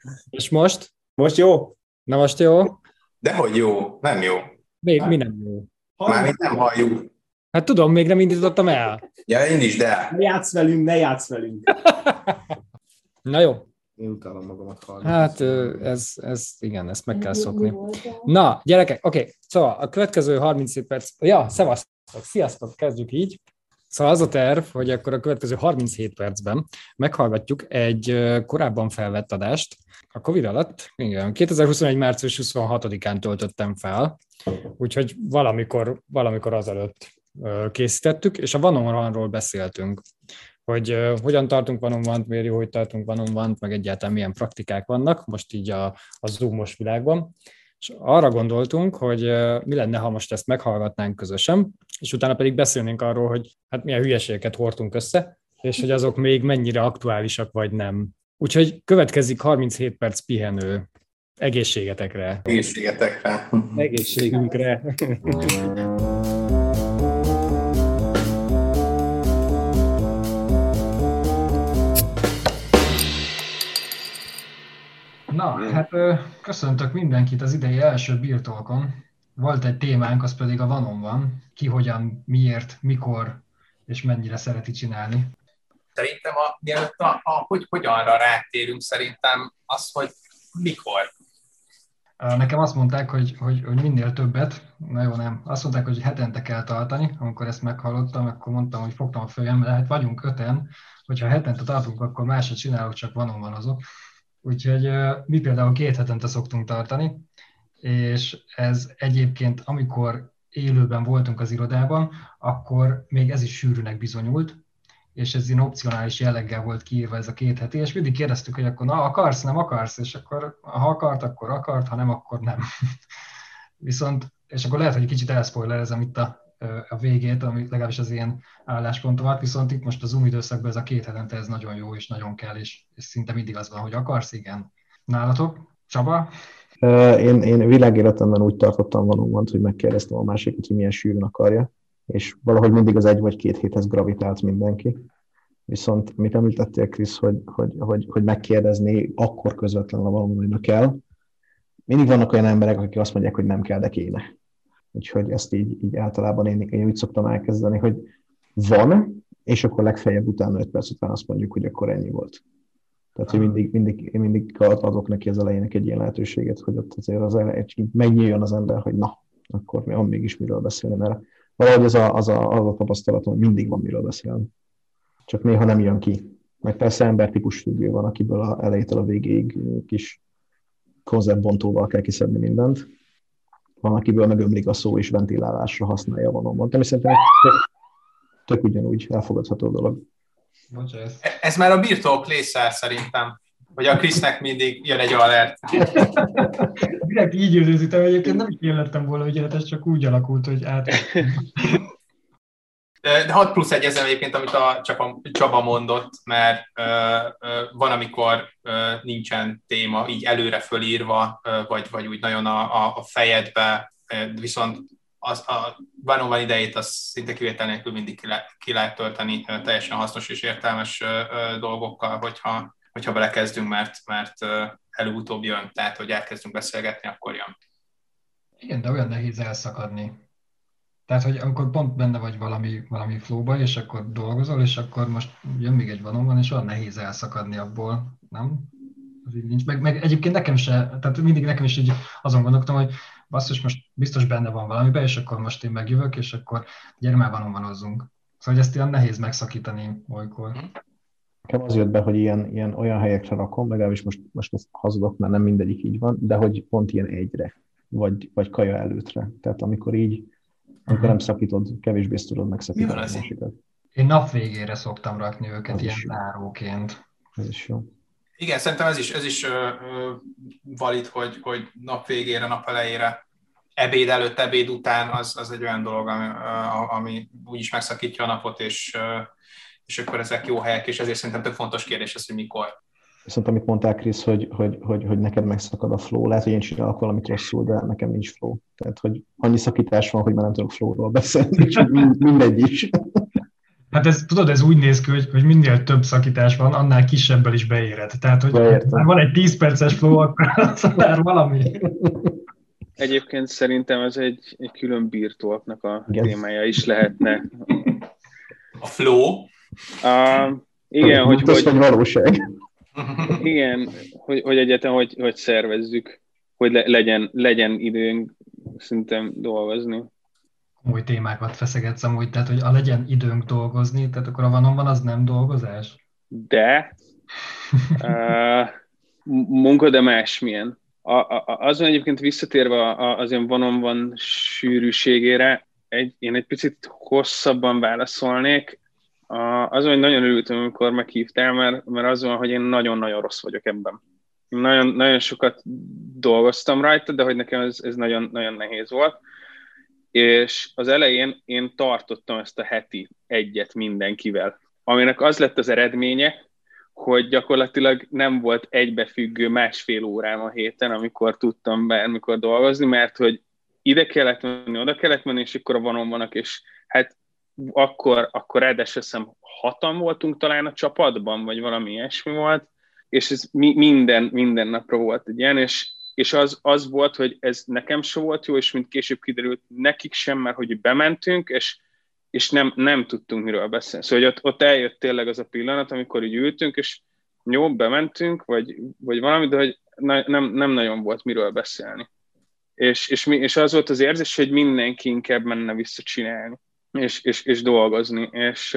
És most? Most jó? Na most jó? Dehogy jó, nem jó. Mi nem jó? Mármint nem halljuk. Hát tudom, még nem indítottam el. Ja, én is, de. Ne játsz velünk. Na jó. Én utálom magamat hallgatni. Hát igen, ezt meg kell szokni. Na, gyerekek, oké. Szóval a következő 37 perc... Ja, szevasztok, sziasztok, kezdjük így. Szóval az a terv, hogy akkor a következő 37 percben meghallgatjuk egy korábban felvett adást. A Covid alatt, igen, 2021. március 26-án töltöttem fel, úgyhogy valamikor azelőtt készítettük, és a One-on-One-ról beszéltünk, hogy hogyan tartunk One-on-One-t, miért jó, hogy tartunk One-on-One-t, meg egyáltalán milyen praktikák vannak most így a Zoom-os világban. És arra gondoltunk, hogy mi lenne, ha most ezt meghallgatnánk közösen, és utána pedig beszélnénk arról, hogy hát milyen hülyeségeket hordtunk össze, és hogy azok még mennyire aktuálisak, vagy nem. Úgyhogy következik 37 perc pihenő. Egészségetekre. Egészségetekre. Egészségünkre. Na, hát köszöntök mindenkit az idei első Beer Talkon. Volt egy témánk, az pedig a One-on-One. Ki, hogyan, miért, mikor és mennyire szereti csinálni. Szerintem mielőtt hogy hogyanra rátérünk, szerintem az, hogy mikor. Nekem azt mondták, hogy minél többet, na jó, nem, azt mondták, hogy hetente kell tartani. Amikor ezt meghallottam, akkor mondtam, hogy fogtam a fejem, de hát vagyunk 5-en, hogyha hetente tartunk, akkor másod csinálok, csak One-on-One-ozok. Úgyhogy mi például 2 hetente szoktunk tartani, és ez egyébként, amikor élőben voltunk az irodában, akkor még ez is sűrűnek bizonyult, és ez ilyen opcionális jelleggel volt kiírva ez a 2 heti, és mindig kérdeztük, hogy akkor na, akarsz, nem akarsz, és akkor ha akart, akkor akart, ha nem, akkor nem. Viszont, és akkor lehet, hogy egy kicsit elspoilerezem itt a végét, ami legalábbis az én álláspontomat, viszont itt most a Zoom időszakban ez a 2 hetente ez nagyon jó és nagyon kell, és szinte mindig az van, hogy akarsz, igen. Nálatok? Csaba? Én világéletemben úgy tartottam One-on-One-t, hogy megkérdeztem a másikat, hogy milyen sűrűn akarja, és valahogy mindig az 1 vagy 2 héthez gravitált mindenki. Viszont, amit említettél, Krisz, hogy megkérdezni akkor közvetlenül a valaminek kell. Mindig vannak olyan emberek, akik azt mondják, hogy nem kell, de kéne. Úgyhogy ezt így általában én úgy szoktam elkezdeni, hogy van, és akkor legfeljebb utána 5 perc után azt mondjuk, hogy akkor ennyi volt. Tehát, hogy mindig adok neki az elejének egy ilyen lehetőséget, hogy ott azért az elején megnyíljon az ember, hogy na, akkor van mégis miről beszélni, mert valahogy az a tapasztalatom, hogy mindig van miről beszélni. Csak néha nem jön ki. Meg persze embertípus függő van, akiből az elejétől a végéig kis konzervbontóval kell kiszedni mindent. Van, akiből megömlik a szó és ventilálásra használja One-on-One. De szerintem tök ugyanúgy elfogadható dolog. Ez már a Beer Talk része szerintem, hogy a Krisznek mindig jön egy alert. Direkt így időzítem, egyébként nem is élettem volna, hogy ez csak úgy alakult, hogy át. De 6 plusz egyezem egyébként, amit a Csaba mondott, mert van, amikor nincsen téma így előre fölírva, vagy úgy nagyon a fejedbe, viszont a One-on-One idejét az szinte kivétel nélkül mindig ki lehet tölteni teljesen hasznos és értelmes dolgokkal, hogyha belekezdünk, mert előbb-utóbb jön, tehát hogy elkezdünk beszélgetni, akkor jön. Igen, de olyan nehéz elszakadni. Tehát, hogy amikor pont benne vagy valami flowba, és akkor dolgozol, és akkor most jön még egy One-on-One, és olyan nehéz elszakadni abból, nem? Az így nincs. Meg egyébként nekem se, tehát mindig nekem is így azon gondolkodtam, hogy basszus, most biztos benne van valamiben, és akkor most én megjövök, és akkor gyere már One-on-One-ozzunk. Szóval, hogy ezt ilyen nehéz megszakítani olykor. Nekem az jött be, hogy olyan helyekre rakom, legalábbis most ezt hazudok, mert nem mindegyik így van, de hogy pont ilyen egyre, vagy kaja előttre. Tehát amikor nem szakítod, kevésbé tudod megszakítani a másikat. Én nap végére szoktam rakni őket ilyen záróként. Ez is jó. Igen, szerintem ez is valid, hogy nap végére, nap elejére, ebéd előtt, ebéd után az egy olyan dolog, ami úgyis megszakítja a napot, és akkor ezek jó helyek, és ezért szerintem tök fontos kérdés az, hogy mikor. Viszont amit mondtál, Krisz, hogy neked megszakad a flow, lehet, hogy én csinálok valamit rosszul, de nekem nincs flow. Tehát, hogy annyi szakítás van, hogy már nem tudok flowról beszélni, és mindegy is. Hát ez, tudod, ez úgy néz ki, hogy minél több szakítás van, annál kisebbel is beéred. Tehát, hogy már van egy 10 perces flow, akkor az már valami. Egyébként szerintem ez egy külön birtolknak a témája is lehetne. A flow? Igen, hogy valóság. Igen, hogy egyáltalán hogy szervezzük, hogy legyen időnk szerintem dolgozni. Új témákat feszegetsz amúgy, tehát hogy legyen időnk dolgozni, tehát akkor a vanomban az nem dolgozás? De munka, de másmilyen. Azon egyébként visszatérve az ilyen van sűrűségére, én egy picit hosszabban válaszolnék. Azon, hogy nagyon örültem, amikor meghívtál, mert az van, hogy én nagyon-nagyon rossz vagyok ebben. Nagyon, nagyon sokat dolgoztam rajta, de hogy nekem ez nagyon, nagyon nehéz volt. És az elején én tartottam ezt a heti egyet mindenkivel, aminek az lett az eredménye, hogy gyakorlatilag nem volt egybefüggő másfél órám a héten, amikor tudtam bármikor dolgozni, mert hogy ide kellett menni, oda kellett menni, és akkor a vannak, és hát akkor ráadásul hiszem 6-an voltunk talán a csapatban, vagy valami ilyesmi volt, és ez minden napra volt egy ilyen, és az volt, hogy ez nekem se volt jó, és mint később kiderült, nekik sem, mert hogy bementünk, és nem tudtunk miről beszélni. Szóval hogy ott eljött tényleg az a pillanat, amikor így ültünk, és jó, bementünk, vagy valami, de hogy nem nagyon volt miről beszélni. És az volt az érzés, hogy mindenki inkább menne visszacsinálni, és dolgozni.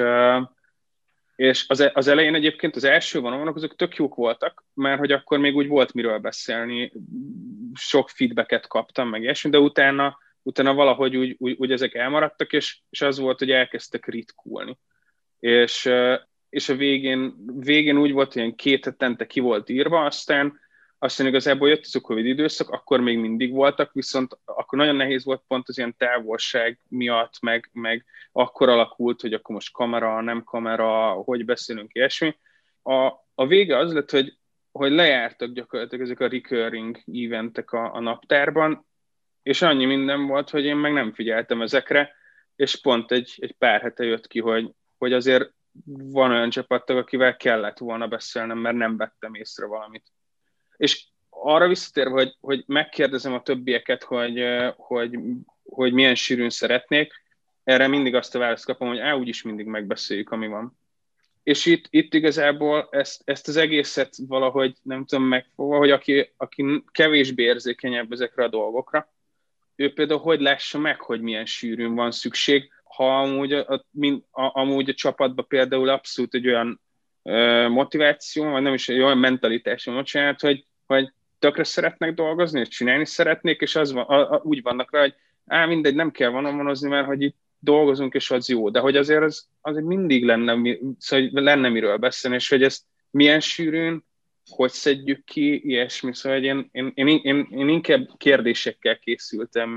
És az elején egyébként az első vannak, azok tök jók voltak, mert hogy akkor még úgy volt miről beszélni, sok feedbacket kaptam, meg ilyesmi, de utána valahogy úgy ezek elmaradtak, és az volt, hogy elkezdtek ritkulni. És a végén úgy volt, hogy ilyen 2 hetente ki volt írva, aztán igazából jött az a Covid időszak, akkor még mindig voltak, viszont akkor nagyon nehéz volt pont az ilyen távolság miatt, meg akkor alakult, hogy akkor most kamera, nem kamera, hogy beszélünk, ilyesmi. A vége az lett, hogy lejártak gyakorlatilag ezek a recurring eventek a naptárban, és annyi minden volt, hogy én meg nem figyeltem ezekre, és pont egy pár hete jött ki, hogy azért van olyan csapattag, akivel kellett volna beszélnem, mert nem vettem észre valamit. És arra visszatérve, hogy megkérdezem a többieket, hogy milyen sűrűn szeretnék, erre mindig azt a választ kapom, hogy úgyis mindig megbeszéljük, ami van. És itt igazából ezt az egészet valahogy nem tudom megfogva, hogy aki kevésbé érzékenyebb ezekre a dolgokra, ő például hogy lássa meg, hogy milyen sűrűn van szükség, ha amúgy a csapatban például abszolút egy olyan motiváció, vagy nem is egy olyan mentalitásom csinált, hogy tökre szeretnek dolgozni, és csinálni szeretnék, és úgy vannak rá, hogy mindegy, nem kell vonozni, mert hogy itt dolgozunk, és az jó. De hogy azért mindig lenne miről beszélni, és hogy ezt milyen sűrűn, hogy szedjük ki, ilyesmi. Szóval én inkább kérdésekkel készültem,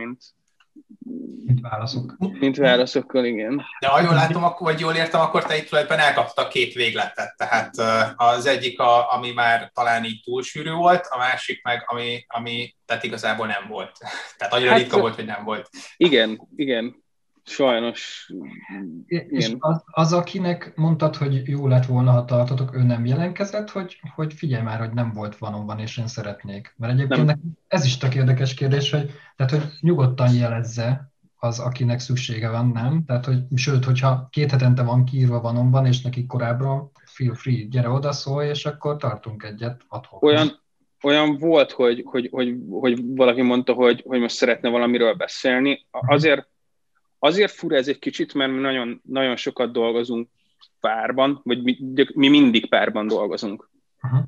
mint válaszokkal, igen. De ha jól látom, vagy jól értem, akkor te itt tulajdonképpen elkapta 2 végletet. Tehát az egyik, ami már talán így túl sűrű volt, a másik meg, ami tehát igazából nem volt. Tehát annyira ritka volt, hogy nem volt. Igen. Sajnos. És az, akinek mondtad, hogy jó lett volna, ha tartotok, ő nem jelentkezett, hogy figyelj már, hogy nem volt van, és én szeretnék. Mert egyébként ez is tök érdekes kérdés, hogy nyugodtan jelezze az, akinek szüksége van, nem? Tehát, hogy sőt, hogyha 2 hetente van kiírva van, és neki korábban feel free, gyere oda, szólj, és akkor tartunk egyet adhok. Olyan volt, hogy valaki mondta, hogy most szeretne valamiről beszélni. Azért fura ez egy kicsit, mert mi nagyon, nagyon sokat dolgozunk párban, vagy mi mindig párban dolgozunk. Uh-huh.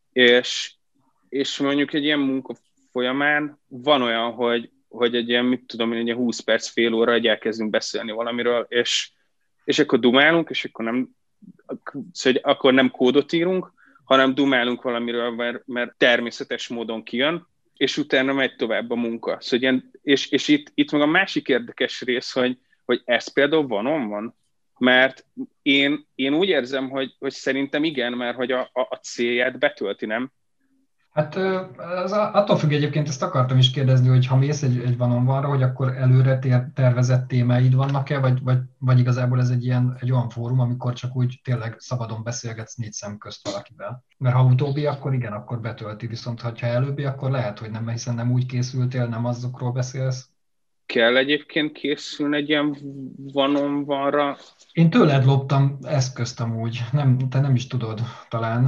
És mondjuk egy ilyen munka folyamán van olyan, hogy egy ilyen, egy ilyen 20 perc, fél óra, hogy elkezdünk beszélni valamiről, és akkor dumálunk, és akkor nem kódot írunk, hanem dumálunk valamiről, mert természetes módon kijön, és utána megy tovább a munka. Szóval és itt meg a másik érdekes rész, hogy ez például van. Mert én úgy érzem, hogy szerintem igen, mert hogy a célját betölti, nem? Hát attól függ egyébként, ezt akartam is kérdezni, hogy ha mész egy one-on-one-ra, hogy akkor előre tervezett témáid vannak-e, vagy igazából ez egy olyan fórum, amikor csak úgy tényleg szabadon beszélgetsz 4 szem közt valakivel. Mert ha utóbbi, akkor igen, akkor betölti, viszont ha előbbi, akkor lehet, hogy nem, hiszen nem úgy készültél, nem azokról beszélsz. Kell egyébként készülni egy ilyen one-on-one-ra? Én tőled loptam eszközt amúgy, te nem is tudod talán.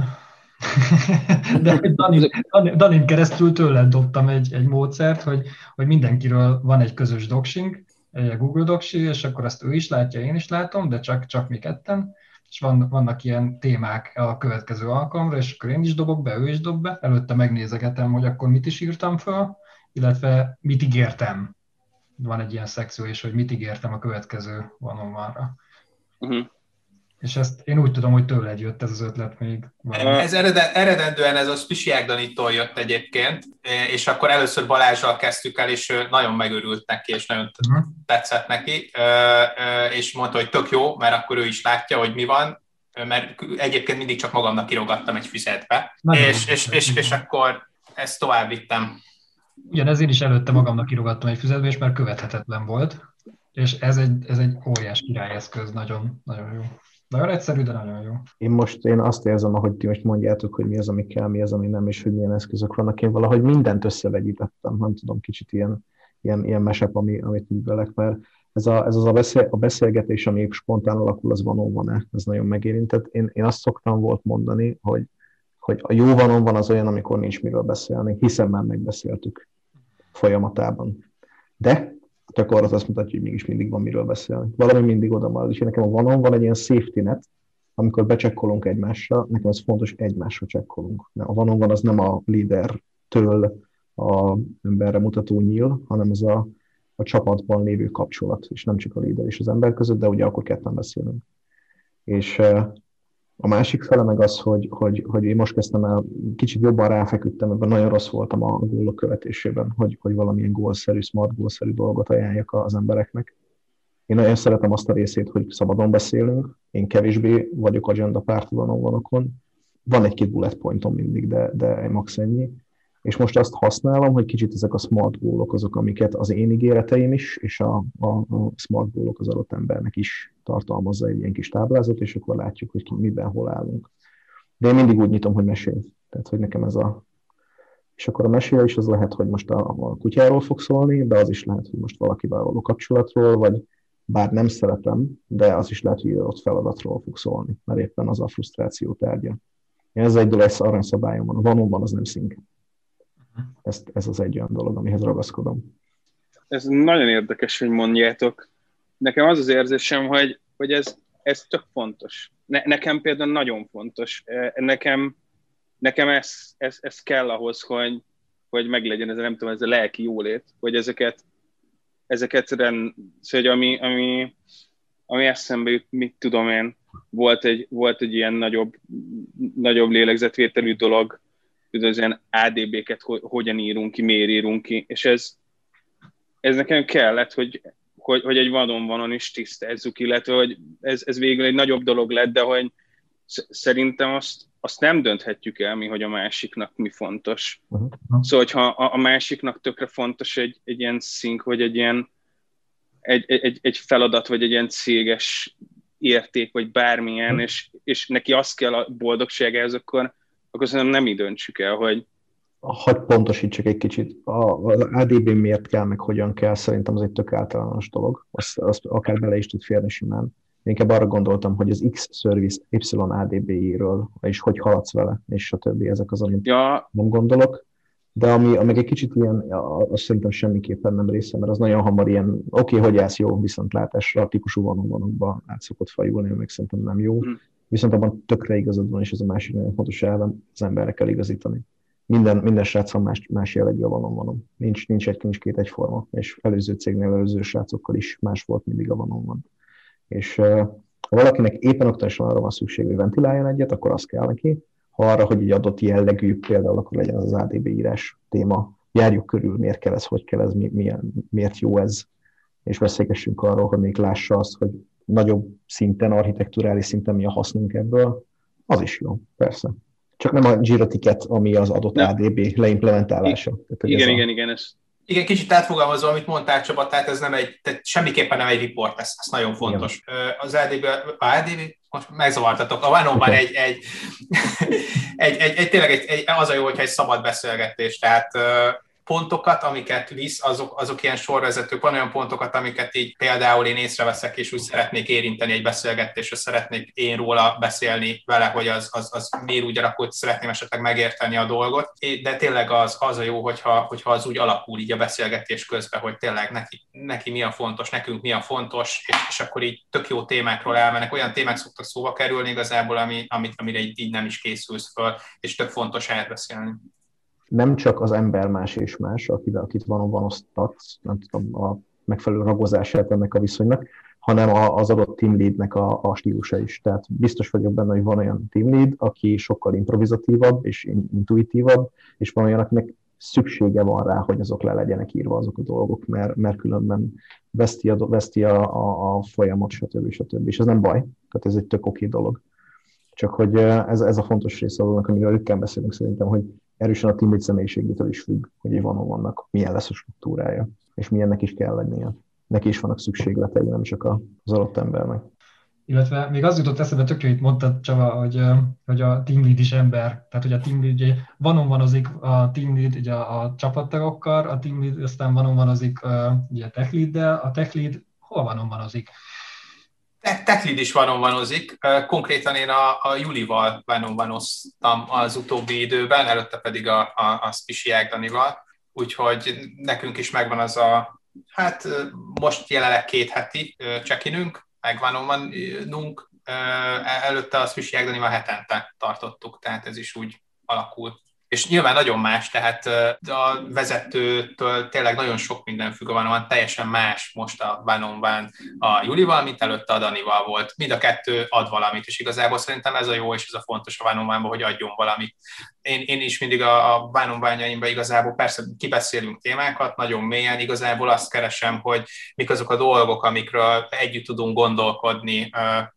De Danin keresztül tőled dobtam egy módszert, hogy mindenkiről van egy közös docsink, egy Google Docsi, és akkor azt ő is látja, én is látom, de csak mi ketten, és vannak ilyen témák a következő alkalomra, és akkor én is dobok be, ő is dob be, előtte megnézegetem, hogy akkor mit is írtam föl, illetve mit ígértem. Van egy ilyen szekció is, hogy mit ígértem a következő one-on-one-ra. És ezt én úgy tudom, hogy tőled jött ez az ötlet még. Ez eredendően ez a Spisiák Danitól jött egyébként, és akkor először Balázsral kezdtük el, és nagyon megörült neki, és nagyon tetszett neki, és mondta, hogy tök jó, mert akkor ő is látja, hogy mi van, mert egyébként mindig csak magamnak kirogattam egy füzetbe, és akkor ezt tovább vittem. Ugyanez én is előtte magamnak kirogattam egy füzetbe, és már követhetetlen volt, és ez egy óriás királyeszköz, nagyon, nagyon jó. Nagyon egyszerű, de nagyon jó. Én azt érzem, ahogy ti most mondjátok, hogy mi az, ami kell, mi az, ami nem, és hogy milyen eszközök vannak. Én valahogy mindent összevegyítettem, nem tudom, kicsit ilyen mesep, amit művelek, mert ez a beszélgetés, ami spontán alakul, az van-e, ez nagyon megérintett. Én azt szoktam volt mondani, hogy a jó van az olyan, amikor nincs miről beszélni, hiszen már megbeszéltük folyamatában. De csak arra azt mutatja, hogy mégis mindig van miről beszélni. Valami mindig oda marad. És nekem a van egy ilyen safety net, amikor becsekkolunk egymásra, nekem ez fontos, egymásra csekkolunk. A van az nem a lídertől a emberre mutató nyíl, hanem ez a csapatban lévő kapcsolat, és nem csak a líder és az ember között, de ugye akkor ketten beszélünk. És a másik fele meg az, hogy én most kezdtem el, kicsit jobban ráfeküdtem, ebben nagyon rossz voltam a gólok követésében, hogy valamilyen gólszerű, smart gólszerű dolgot ajánljak az embereknek. Én nagyon szeretem azt a részét, hogy szabadon beszélünk, én kevésbé vagyok agenda pártudalomvanokon. Van egy-két bullet pointom mindig, de max ennyi. És most azt használom, hogy kicsit ezek a smart gólok azok, amiket az én ígéreteim is, és a smart gólok az adott embernek is tartalmazza egy ilyen kis táblázat, és akkor látjuk, hogy miben hol állunk. De én mindig úgy nyitom, hogy mesélj. Tehát, hogy nekem ez És akkor a mesélés az lehet, hogy most a kutyáról fog szólni, de az is lehet, hogy most valakivel való kapcsolatról, vagy bár nem szeretem, de az is lehet, hogy ott feladatról fog szólni, mert éppen az a frusztráció tárgya. Ez egy aranyszabályom van. A van az nem szink. Ez az egy olyan dolog, amihez ragaszkodom. Ez nagyon érdekes, hogy mondjátok. Nekem az az érzésem, hogy ez tök fontos. Nekem például nagyon fontos. Nekem ez kell ahhoz, hogy meglegyen ez, nem tudom, ez a lelki jólét, hogy ezeket szóval, ami eszembe jut, mit tudom én, volt egy ilyen nagyobb lélegzetvételű dolog, az ilyen ADB-ket hogyan írunk ki, miért írunk ki, és ez nekem kellett, hogy egy one-on-one-on is tisztázzuk, illetve hogy ez végül egy nagyobb dolog lett, de hogy szerintem azt nem dönthetjük el mi, hogy a másiknak mi fontos. Uh-huh. Szóval, hogyha a másiknak tökre fontos egy ilyen szink, vagy egy feladat, vagy egy ilyen céges érték, vagy bármilyen, és neki az kell a boldogságához, akkor szerintem nem így döntsük el, hogy... Hadd pontosítsak egy kicsit. Az ADB miért kell, meg hogyan kell, szerintem az egy tök általános dolog. Azt akár bele is tud férni simán. Én inkább arra gondoltam, hogy az X service Y ADB-ről, és hogy haladsz vele, és a többi, ezek az, amit nem gondolok. De ami egy kicsit ilyen, azt szerintem semmiképpen nem része, mert az nagyon hamar ilyen, hogy állsz jó viszontlátásra, típusú van-on-one-okba át szokott fajulni, meg szerintem nem jó. Viszont abban tökre igazad van, és ez a másik nagyon fontos elven, az emberre kell igazítani. Minden srácon más jellegű a van-on-one-on. Nincs két egyforma, és előző cégnél előző srácokkal is más volt mindig a van-on-one. És ha valakinek éppen oktatáson arra van szükség, hogy ventiláljon egyet, akkor az kell neki. Ha arra, hogy egy adott jellegű, például akkor legyen az ADB írás téma, járjuk körül, miért kell ez, hogy kell ez, miért jó ez, és beszélgessünk arról, hogy még lássa azt, hogy nagyobb szinten, architekturális szinten mi a hasznunk ebből, az is jó, persze. Csak nem a Jira ticket, ami az adott ADB leimplementálása. Igen, ez. Igen, kicsit átfogalmazva, amit mondtál, Csaba, tehát ez nem tehát semmiképpen nem egy report, ez nagyon fontos. Igen. Az ADB, most megzavartatok, a One-on-One tényleg az a jó, hogyha egy szabad beszélgetés, tehát pontokat, amiket visz, azok ilyen sorvezetők, van olyan pontokat, amiket így például én észreveszek, és úgy szeretnék érinteni egy beszélgetésre, szeretnék én róla beszélni vele, hogy az miért úgy alakult, szeretném esetleg megérteni a dolgot, de tényleg az a jó, hogyha az úgy alakul így a beszélgetés közben, hogy tényleg neki mi a fontos, nekünk mi a fontos, és akkor így tök jó témákról elmennek, olyan témák szoktak szóba kerülni igazából, amire így nem is készülsz föl, és tök fontos átbeszélni. Nem csak az ember más és más, akit van osztatsz, nem tudom, a megfelelő ragozását ennek a viszonynak, hanem az adott team leadnek a stílusa is. Tehát biztos vagyok benne, hogy van olyan team lead, aki sokkal improvizatívabb és intuitívabb, és van olyan, akinek szüksége van rá, hogy azok le legyenek írva azok a dolgok, mert különben veszti a folyamat, stb. És ez nem baj, tehát ez egy tök oké dolog. Csak hogy ez a fontos része azonnak, amiről rögtön beszélünk szerintem, hogy erősen a team lead személyiségétől is függ, hogy egy vannak, milyen lesz a struktúrája, és milyennek is kell lennie. Neki is vannak szükségletei, nem csak az adott embernek. Illetve még az jutott eszembe, tök jó, itt mondtad, Csaba, hogy a team lead is ember. Tehát, hogy a team lead ugye van-on-vanozik a team lead ugye a csapattagokkal, a team lead aztán van-on-vanozik ugye a tech leaddel, a tech lead hol van-on-vanozik? Tech lead is van-on-vanozik. Konkrétan én a Julival van-on-vanoztam az utóbbi időben, előtte pedig a Spisi Ágdanival. Úgyhogy nekünk is megvan az most jelenleg 2 heti check-inünk, meg van-on-vanunk. Előtte a Spisi Ágdanival hetente tartottuk, tehát ez is úgy alakul. És nyilván nagyon más, tehát a vezetőtől tényleg nagyon sok minden függ a van, teljesen más most a one-on-one a Julival, mint előtte a Danival volt. Mind a kettő ad valamit, és igazából szerintem ez a jó, és ez a fontos a one-on-one-ban, hogy adjon valamit. Én is mindig a one-on-one-jaimban igazából persze kibeszélünk témákat, nagyon mélyen, igazából azt keresem, hogy mik azok a dolgok, amikről együtt tudunk gondolkodni,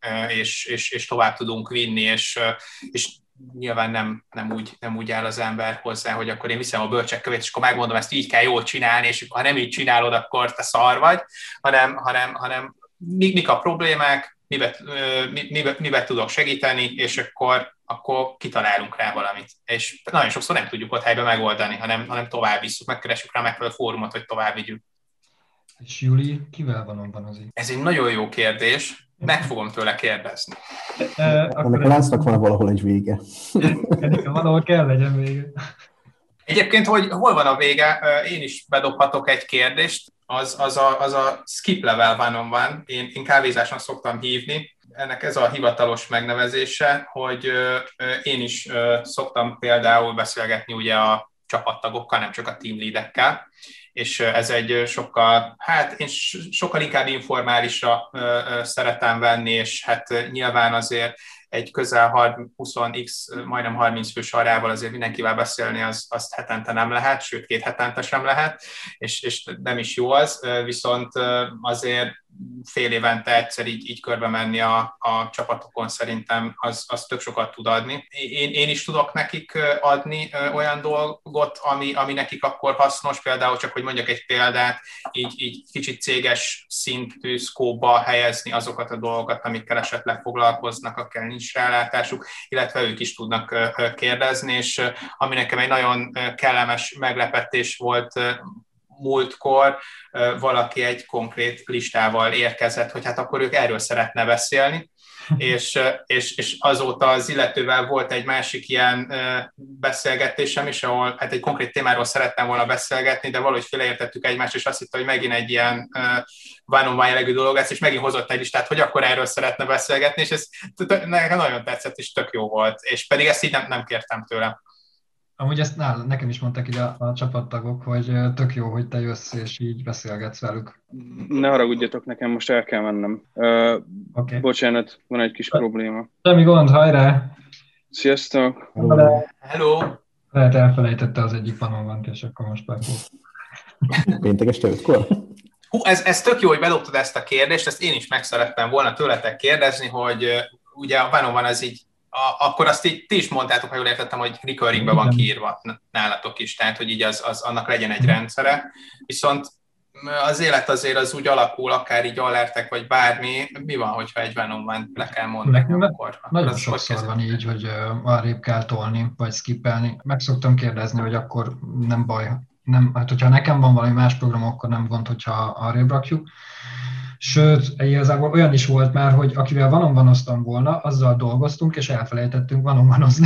és tovább tudunk vinni, és nyilván nem úgy áll az ember hozzá, hogy akkor én viszem a bölcsekkövét, és akkor megmondom, ezt így kell jól csinálni, és ha nem így csinálod, akkor te szar vagy, hanem mik a problémák, miben tudok segíteni, és akkor kitalálunk rá valamit. És nagyon sokszor nem tudjuk ott helyben megoldani, hanem tovább visszük, megkeressük rá megfelelő fórumot, hogy tovább vigyük. És Juli, kivel van-on-vanozik? Ez egy nagyon jó kérdés. Meg fogom tőle kérdezni. Ennek a láncnak van valahol egy vége. Ennek valahol kell legyen vége. Egyébként, hogy hol van a vége, én is bedobhatok egy kérdést. Az a skip level one-on-one. Én kávézásnak szoktam hívni. Ennek ez a hivatalos megnevezése, hogy én is szoktam például beszélgetni ugye a csapattagokkal, nem csak a team leadekkel. És ez egy én sokkal inkább informálisra szeretem venni, és hát nyilván azért egy közel 20x, majdnem 30 fős arával azért mindenkivel beszélni, azt hetente nem lehet, sőt 2 hetente sem lehet, és nem is jó az, viszont azért fél évente egyszer így körbe menni a csapatokon szerintem az tök sokat tud adni. Én is tudok nekik adni olyan dolgot, ami nekik akkor hasznos, például csak, hogy mondjak egy példát, így kicsit céges szintű szkóba helyezni azokat a dolgokat, amikkel esetleg foglalkoznak, akár nincs rálátásuk, illetve ők is tudnak kérdezni, és ami nekem egy nagyon kellemes meglepetés volt múltkor, valaki egy konkrét listával érkezett, hogy hát akkor ők erről szeretne beszélni, és azóta az illetővel volt egy másik ilyen beszélgetésem is, ahol hát egy konkrét témáról szerettem volna beszélgetni, de valahogy félreértettük egymást, és azt hitte, hogy megint egy ilyen one-on-one jellegű dolog lesz, és megint hozott egy listát, hogy akkor erről szeretne beszélgetni, és ez nekem nagyon tetszett, és tök jó volt, és pedig ezt így nem kértem tőle. Amúgy ezt nekem is mondták így a csapattagok, hogy tök jó, hogy te jössz, és így beszélgetsz velük. Ne haragudjatok, nekem most el kell mennem. Okay. Bocsánat, van egy kis probléma. Semmi gond, hajrá! Sziasztok! Hello! Lehet elfelejtette az egyik one-on-one-t, és akkor most Péntek este 5-kor? Ez tök jó, hogy bedobtad ezt a kérdést, ezt én is meg szerettem volna tőletek kérdezni, hogy ugye a one-on-one az így akkor azt így ti is mondtátok, ha jól értettem, hogy recurringbe van kiírva nálatok is, tehát hogy így az annak legyen egy rendszere. Viszont az élet azért az úgy alakul, akár így alertek, vagy bármi. Mi van, hogyha egy one-on-one le kell mondani? Akkor nagyon sokszor van így, hogy arrébb kell tolni, vagy skippelni. Meg szoktam kérdezni, hogy akkor nem baj. Nem, hát hogyha nekem van valami más program, akkor nem gond, hogyha arrébb rakjuk. Sőt, igazából olyan is volt már, hogy akivel one-on-one-oztam volna, azzal dolgoztunk, és elfelejtettünk one-on-one-ozni.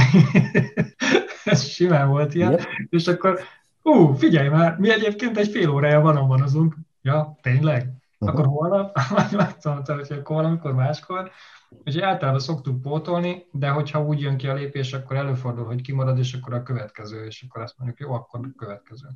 Ez simán volt ilyen. Yep. És akkor, figyelj már, mi egyébként egy fél órája one-on-one-ozunk. Ja, tényleg? Akkor holnap? Megtanultam, hogy akkor valamikor máskor. Úgyhogy általában szoktuk pótolni, de hogyha úgy jön ki a lépés, akkor előfordul, hogy kimarad, és akkor a következő, és akkor azt mondjuk, jó, akkor a következő.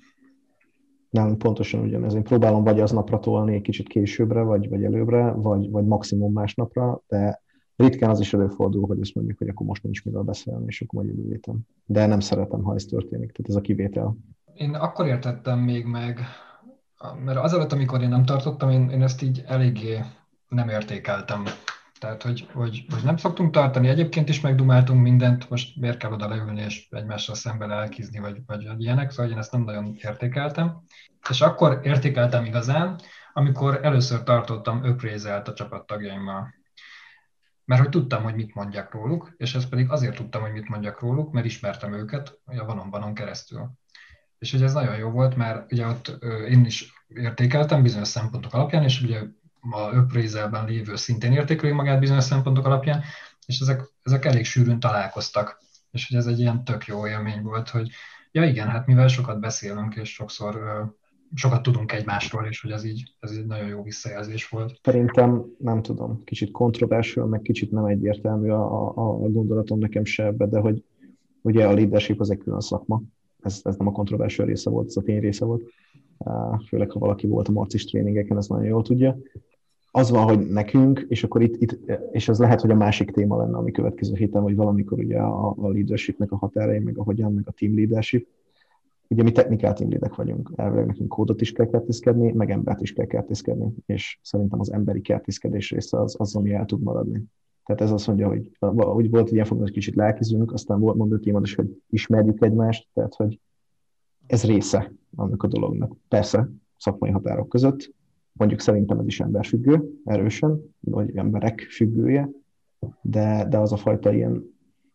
Nálunk pontosan ugyanez. Én próbálom vagy aznapra tolni egy kicsit későbbre, vagy előbbre, vagy maximum másnapra, de ritkán az is előfordul, hogy azt mondjuk, hogy akkor most nincs miről beszélni, és akkor majd jövő héten. De nem szeretem, ha ez történik, tehát ez a kivétel. Én akkor értettem még meg, mert azelőtt, amikor én nem tartottam, én ezt így eléggé nem értékeltem. Tehát, hogy nem szoktunk tartani, egyébként is megdumáltunk mindent, most miért kell oda leülni és egymással szemben elkizni, vagy ilyenek, szóval én ezt nem nagyon értékeltem. És akkor értékeltem igazán, amikor először tartottam appraisalt a csapattagjaimmal. Mert hogy tudtam, hogy mit mondjak róluk, és ezt pedig azért tudtam, hogy mit mondjak róluk, mert ismertem őket a one-on-one-on keresztül. És ugye ez nagyon jó volt, mert ugye ott én is értékeltem bizonyos szempontok alapján, és ugye a appraisalben lévő szintén értékeli magát bizonyos szempontok alapján, és ezek elég sűrűn találkoztak. És hogy ez egy ilyen tök jó élmény volt, hogy ja igen, hát mivel sokat beszélünk, és sokszor sokat tudunk egymásról, és hogy ez egy nagyon jó visszajelzés volt. Szerintem, nem tudom, kicsit kontroversiál, meg kicsit nem egyértelmű a gondolatom nekem se ebbe, de hogy ugye a leadership az egy külön szakma. Ez nem a kontroversiál része volt, ez a tény része volt. Főleg, ha valaki volt a marcis tréningeken, ez nagyon jól tudja. Az van, hogy nekünk, és akkor itt és ez lehet, hogy a másik téma lenne, ami következő héten, vagy valamikor ugye a leadershipnek a határai, meg a hogyan, meg a team leadership. Ugye mi technical team leadek vagyunk, elvileg nekünk kódot is kell kertészkedni, meg embert is kell kertészkedni, és szerintem az emberi kertészkedés része az, ami el tud maradni. Tehát ez azt mondja, hogy volt egy ilyen fontos, kicsit lelkizünk, aztán volt mondott témad is, hogy ismerjük egymást, tehát hogy ez része annak a dolognak. Persze, szakmai határok között, mondjuk szerintem ez is emberfüggő, erősen, vagy emberek függője, de az a fajta ilyen,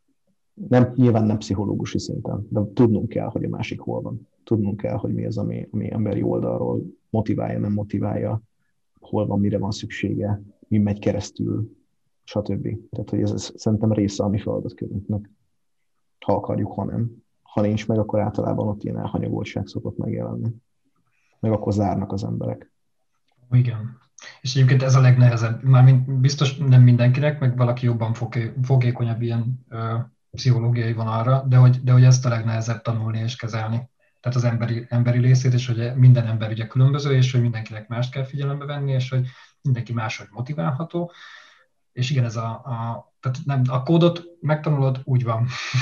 nyilván nem pszichológusi szinten, de tudnunk kell, hogy a másik hol van. Tudnunk kell, hogy mi az, ami emberi oldalról motiválja, nem motiválja, hol van, mire van szüksége, mi megy keresztül, stb. Tehát, hogy ez szerintem része a mi feladatkörünknek. Ha akarjuk, ha nem. Ha nincs meg, akkor általában ott ilyen elhanyagoltság szokott megjelenni. Meg akkor zárnak az emberek. Igen. És egyébként ez a legnehezebb. Mármint biztos nem mindenkinek, meg valaki jobban fogékonyabb ilyen pszichológiai vonalra, de hogy ezt a legnehezebb tanulni és kezelni. Tehát az emberi részét, és hogy minden ember ugye különböző, és hogy mindenkinek mást kell figyelembe venni, és hogy mindenki máshogy motiválható. És igen, ez tehát nem, a kódot megtanulod, úgy van.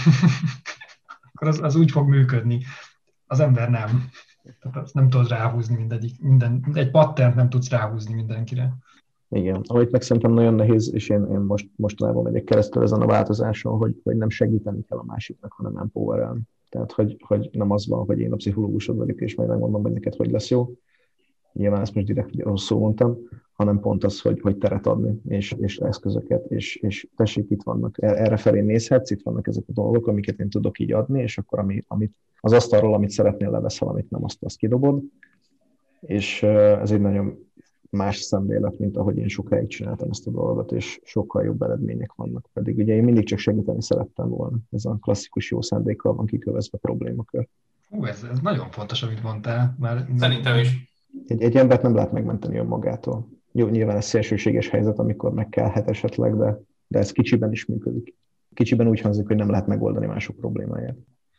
Akkor az úgy fog működni. Az ember nem. Tehát azt nem tudod ráhúzni egy patternt nem tudsz ráhúzni mindenkire. Igen, ahogy meg szerintem nagyon nehéz, és én mostanában megyek keresztül ezen a változáson, hogy nem segíteni kell a másiknak, hanem empowerelni. Tehát, hogy nem az van, hogy én a pszichológusod vagyok, és majd megmondom, hogy neked hogy lesz jó. Nyilván ezt most direkt rosszul mondtam, hanem pont az, hogy teret adni, és eszközöket, és tessék, itt vannak, erre felé nézhetsz, itt vannak ezek a dolgok, amiket én tudok így adni, és akkor amit az asztalról, amit szeretnél, leveszel, amit nem, azt kidobod. És ez egy nagyon más szemlélet, mint ahogy én sokáig csináltam ezt a dolgot, és sokkal jobb eredmények vannak. Pedig ugye én mindig csak segíteni szerettem volna. Ez a klasszikus jó szándékkal van kikövezve problémakör. Ez nagyon fontos, amit mondtál. Szerintem is. Egy embert nem lehet megmenteni önmagától. Jó, nyilván ez szélsőséges helyzet, amikor megkelhet esetleg, de ez kicsiben is működik. Kicsiben úgy hangzik, hogy nem lehet megoldani mások problémáját.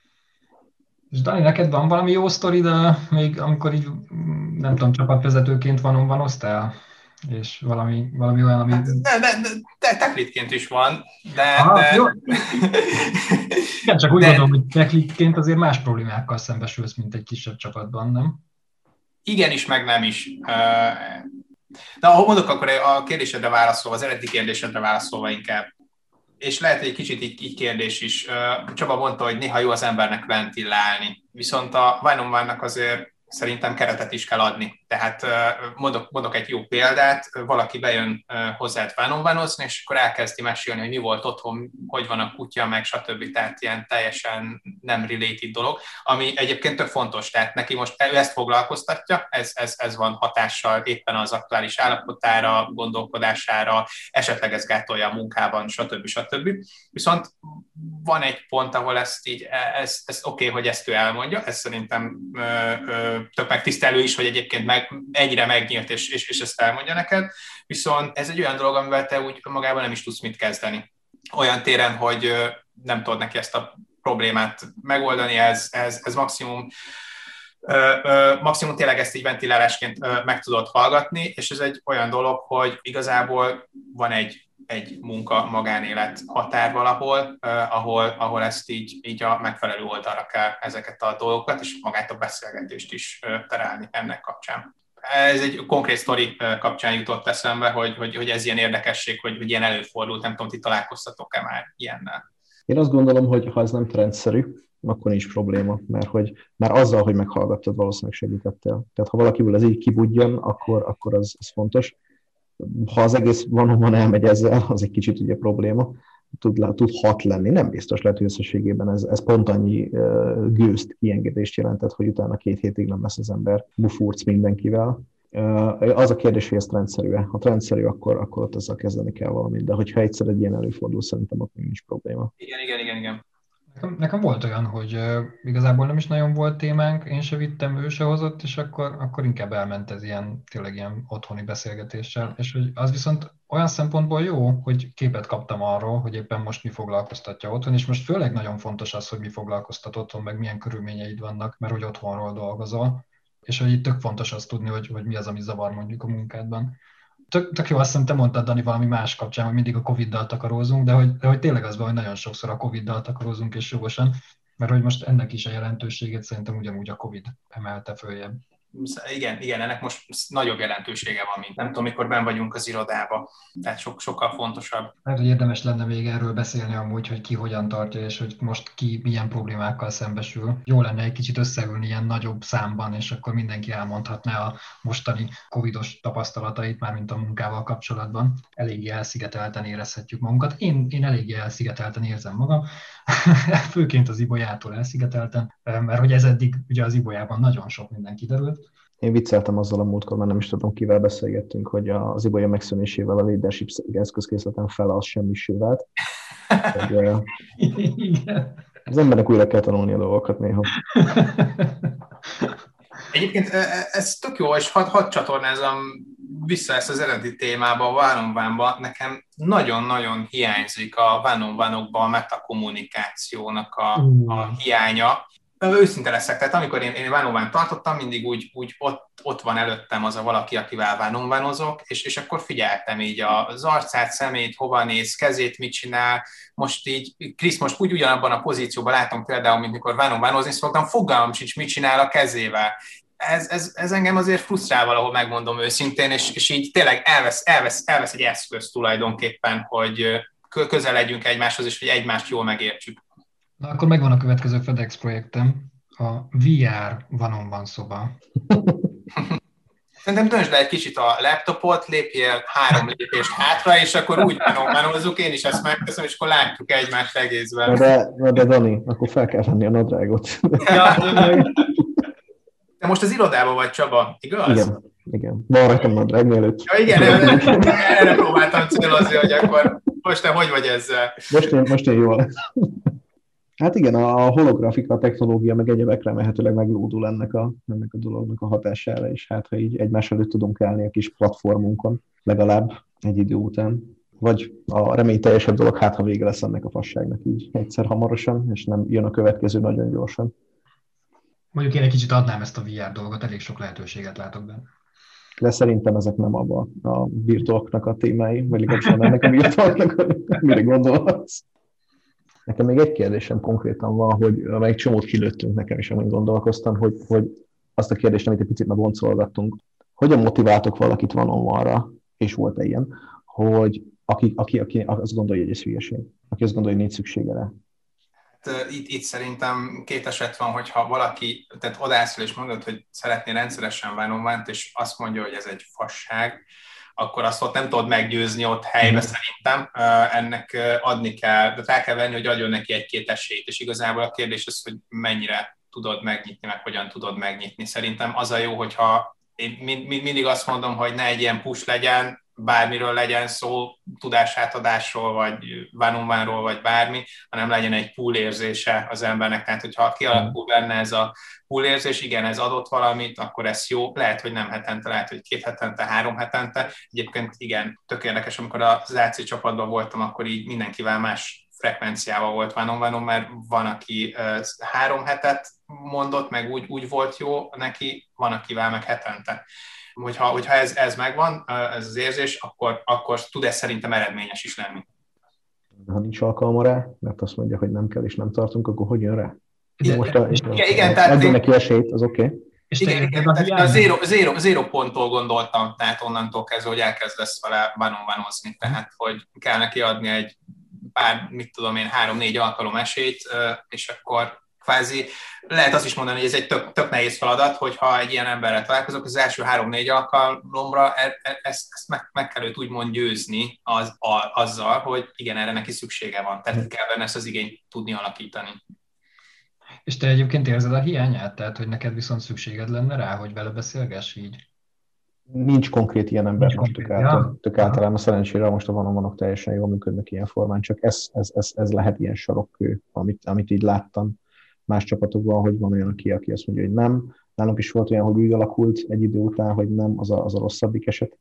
És Dani, neked van valami jó sztori, de még amikor így, nem tudom, csapatvezetőként van-osztál? És valami olyan, ami... De teklitként is van, de... Jó. Igen, csak úgy gondolom, hogy teklitként azért más problémákkal szembesülsz, mint egy kisebb csapatban, nem? Igen is, meg nem is. De ahol mondok, akkor a kérdésedre válaszolva, az eredeti kérdésedre válaszolva inkább. és lehet, hogy egy kicsit így kérdés is. Csaba mondta, hogy néha jó az embernek ventilálni, viszont a One-on-One-nak azért szerintem keretet is kell adni. Tehát mondok egy jó példát, valaki bejön hozzád One-on-One-ozni, és akkor elkezdi mesélni, hogy mi volt otthon, hogy van a kutya, meg stb. Tehát ilyen teljesen nem related dolog, ami egyébként tök fontos, tehát neki most ő ezt foglalkoztatja, ez van hatással éppen az aktuális állapotára, gondolkodására, esetleg ez gátolja a munkában, stb. Viszont van egy pont, ahol ez oké, hogy ezt ő elmondja, ez szerintem tök megtisztelő is, hogy egyébként ennyire megnyílt, és ezt elmondja neked, viszont ez egy olyan dolog, amivel te úgy magában nem is tudsz mit kezdeni. Olyan téren, hogy nem tudod neki ezt a problémát megoldani, ez maximum tényleg ezt így ventilálásként meg tudod hallgatni, és ez egy olyan dolog, hogy igazából van egy munka-magánélet határ valahol, ahol ezt így a megfelelő oldalra kell ezeket a dolgokat, és magát a beszélgetést is terelni ennek kapcsán. Ez egy konkrét sztori kapcsán jutott eszembe, hogy ez ilyen érdekesség, hogy ilyen előfordult, nem tudom, ti találkoztatok-e már ilyennel? Én azt gondolom, hogy ha ez nem trendszerű, akkor nincs probléma, mert hogy már azzal, hogy meghallgattad, valószínűleg segítettél. Tehát ha valakiből ez így kibudjan, akkor az fontos. Ha az egész van elmegy ezzel, az egy kicsit ugye probléma, tudhat lenni. Nem biztos, lehet, hogy összességében ez pont annyi gőzt, kiengedést jelentett, hogy utána 2 hétig nem lesz az ember bufurc mindenkivel. Az a kérdés, hogy ez trendszerű-e. Ha trendszerű, akkor ott ezzel kezdeni kell valamit, de hogyha egyszer egy ilyen előfordul, szerintem akkor nincs probléma. Igen. Nekem volt olyan, hogy igazából nem is nagyon volt témánk, én se vittem, ő se hozott, és akkor inkább elment ez tényleg ilyen otthoni beszélgetéssel, és hogy az viszont olyan szempontból jó, hogy képet kaptam arról, hogy éppen most mi foglalkoztatja otthon, és most főleg nagyon fontos az, hogy mi foglalkoztat otthon, meg milyen körülményeid vannak, mert hogy otthonról dolgozol, és hogy itt tök fontos azt tudni, hogy mi az, ami zavar mondjuk a munkádban. Tök jó, azt hiszem, te mondtad, Dani, valami más kapcsán, hogy mindig a Covid-dal takarózunk, de hogy tényleg az van, hogy nagyon sokszor a Covid-dal takarózunk, és jogosan, mert hogy most ennek is a jelentőségét szerintem ugyanúgy a Covid emelte följebb. Igen, ennek most nagyobb jelentősége van, mint nem tudom, mikor benn vagyunk az irodába, tehát sokkal fontosabb. Hát, hogy érdemes lenne még erről beszélni amúgy, hogy ki hogyan tartja, és hogy most ki milyen problémákkal szembesül. Jó lenne egy kicsit összeülni ilyen nagyobb számban, és akkor mindenki elmondhatná a mostani covidos tapasztalatait, mármint a munkával kapcsolatban. Eléggé elszigetelten érezhetjük magunkat. Én eléggé elszigetelten érzem magam, főként az Ibolyától elszigetelten, mert hogy ez eddig ugye az Ibolyában nagyon sok minden kiderült. Én vicceltem azzal a múltkor, mert nem is tudom, kivel beszélgettünk, hogy az Ibolya megszűnésével a leadership eszközkészleten fele az semmisé vált. Az embernek újra kell tanulni a dolgokat néha. Egyébként ez tök jó, és hadd csatornázom vissza ezt az eredeti témába, a One-on-One-ba. Nekem nagyon-nagyon hiányzik a One-on-One-okban a metakommunikációnak a hiánya. Őszinte leszek, tehát amikor én One-on-One tartottam, mindig úgy ott van előttem az a valaki, akivel One-on-One-ozok, és akkor figyeltem így az arcát, szemét, hova néz, kezét, mit csinál. Most így, Krisz, most úgy ugyanabban a pozícióban látom például, mint mikor One-on-One-ozni szoktam, fogalmam sincs, mit csinál a kezével. Ez engem azért frusztrál valahol, megmondom őszintén, és így tényleg elvesz egy eszköz tulajdonképpen, hogy közel legyünk egymáshoz, és hogy egymást jól megértsük. Na, akkor megvan a következő FedEx projektem, a VR One-on-One szoba. Szerintem döntsd le egy kicsit a laptopot, lépjél 3 lépést hátra, és akkor úgy One-on-One-ozzuk, én is ezt megteszem, és akkor látjuk egymást egészben. De Dani, akkor fel kell venni a nadrágot. De most az irodában vagy, Csaba, igaz? Igen. Van rajtam nadrág mielőtt. Ja, igen, erre próbáltam célozni, hogy akkor most te hogy vagy ezzel? Most én jól. Hát igen, a holografika technológia meg egyebekre remélhetőleg meglódul ennek a dolognak a hatására, és hát ha így egymás előtt tudunk állni a kis platformunkon, legalább egy idő után. Vagy a reményteljesebb dolog, hát ha vége lesz ennek a fasságnak így egyszer hamarosan, és nem jön a következő nagyon gyorsan. Mondjuk én egy kicsit adnám ezt a VR dolgot, elég sok lehetőséget látok benne. De szerintem ezek nem abban a birtoknak a témái, vagy legalábbis nem ennek a birtoknak, mire gondolhatsz. Nekem még egy kérdésem konkrétan van, hogy egy csomót kilőttünk nekem is, amit gondolkoztam, hogy azt a kérdést, amit egy picit már boncolgattunk, hogyan motiváltok valakit One-on-One-ra, és volt-e ilyen, hogy aki azt gondolja, hogy ez hülyeség, aki azt gondolja, hogy nincs szüksége rá. Itt szerintem két eset van, hogyha valaki, tehát odászol és mondod, hogy szeretné rendszeresen one-on-one-t, és azt mondja, hogy ez egy fasság, akkor azt ott nem tudod meggyőzni ott helyben szerintem. Ennek adni kell, de rá kell venni, hogy adjon neki egy-két esélyt, és igazából a kérdés az, hogy mennyire tudod megnyitni, meg hogyan tudod megnyitni. Szerintem az a jó, hogyha én mindig azt mondom, hogy ne egy ilyen push legyen, bármiről legyen szó, tudásátadásról, vagy one-on-one-ról, vagy bármi, hanem legyen egy pool érzése az embernek. Tehát, hogyha kialakul benne ez a pool érzés, igen, ez adott valamit, akkor ez jó. Lehet, hogy nem hetente, lehet, hogy 2 hetente, 3 hetente. Egyébként igen, tök érdekes, amikor az AC csapatban voltam, akkor így mindenkivel más frekvenciával volt one-on-one, mert van, aki 3 hetet mondott, meg úgy volt jó neki, van, akivel meg hetente. Hogyha ez megvan, ez az érzés, akkor tud ez szerintem eredményes is lenni. Ha nincs alkalma rá, mert azt mondja, hogy nem kell és nem tartunk, akkor hogy jön rá? Igen, tehát adjon neki esélyt, az oké. Igen, a zero ponttól gondoltam, tehát onnantól kezdve, hogy elkezdesz vele one-on-one-ozni, tehát hogy kell neki adni egy pár, 3-4 alkalom esélyt, és akkor kvázi lehet azt is mondani, hogy ez egy tök nehéz feladat, hogyha egy ilyen emberrel találkozok, az első 3-4 alkalomra ezt meg kell őt úgymond győzni azzal, hogy igen, erre neki szüksége van. Tehát kell benne ezt az igényt tudni alakítani. És te egyébként érzed a hiányát? Tehát, hogy neked viszont szükséged lenne rá, hogy vele beszélgess így? Nincs konkrét ilyen ember, most tök általában szerencsére most a one-on-one-ok teljesen jól működnek ilyen formán, csak ez lehet ilyen sarokkő, amit így láttam más csapatokban, hogy van olyan, aki azt mondja, hogy nem. Nálunk is volt olyan, hogy úgy alakult egy idő után, hogy nem, az a rosszabbik eset,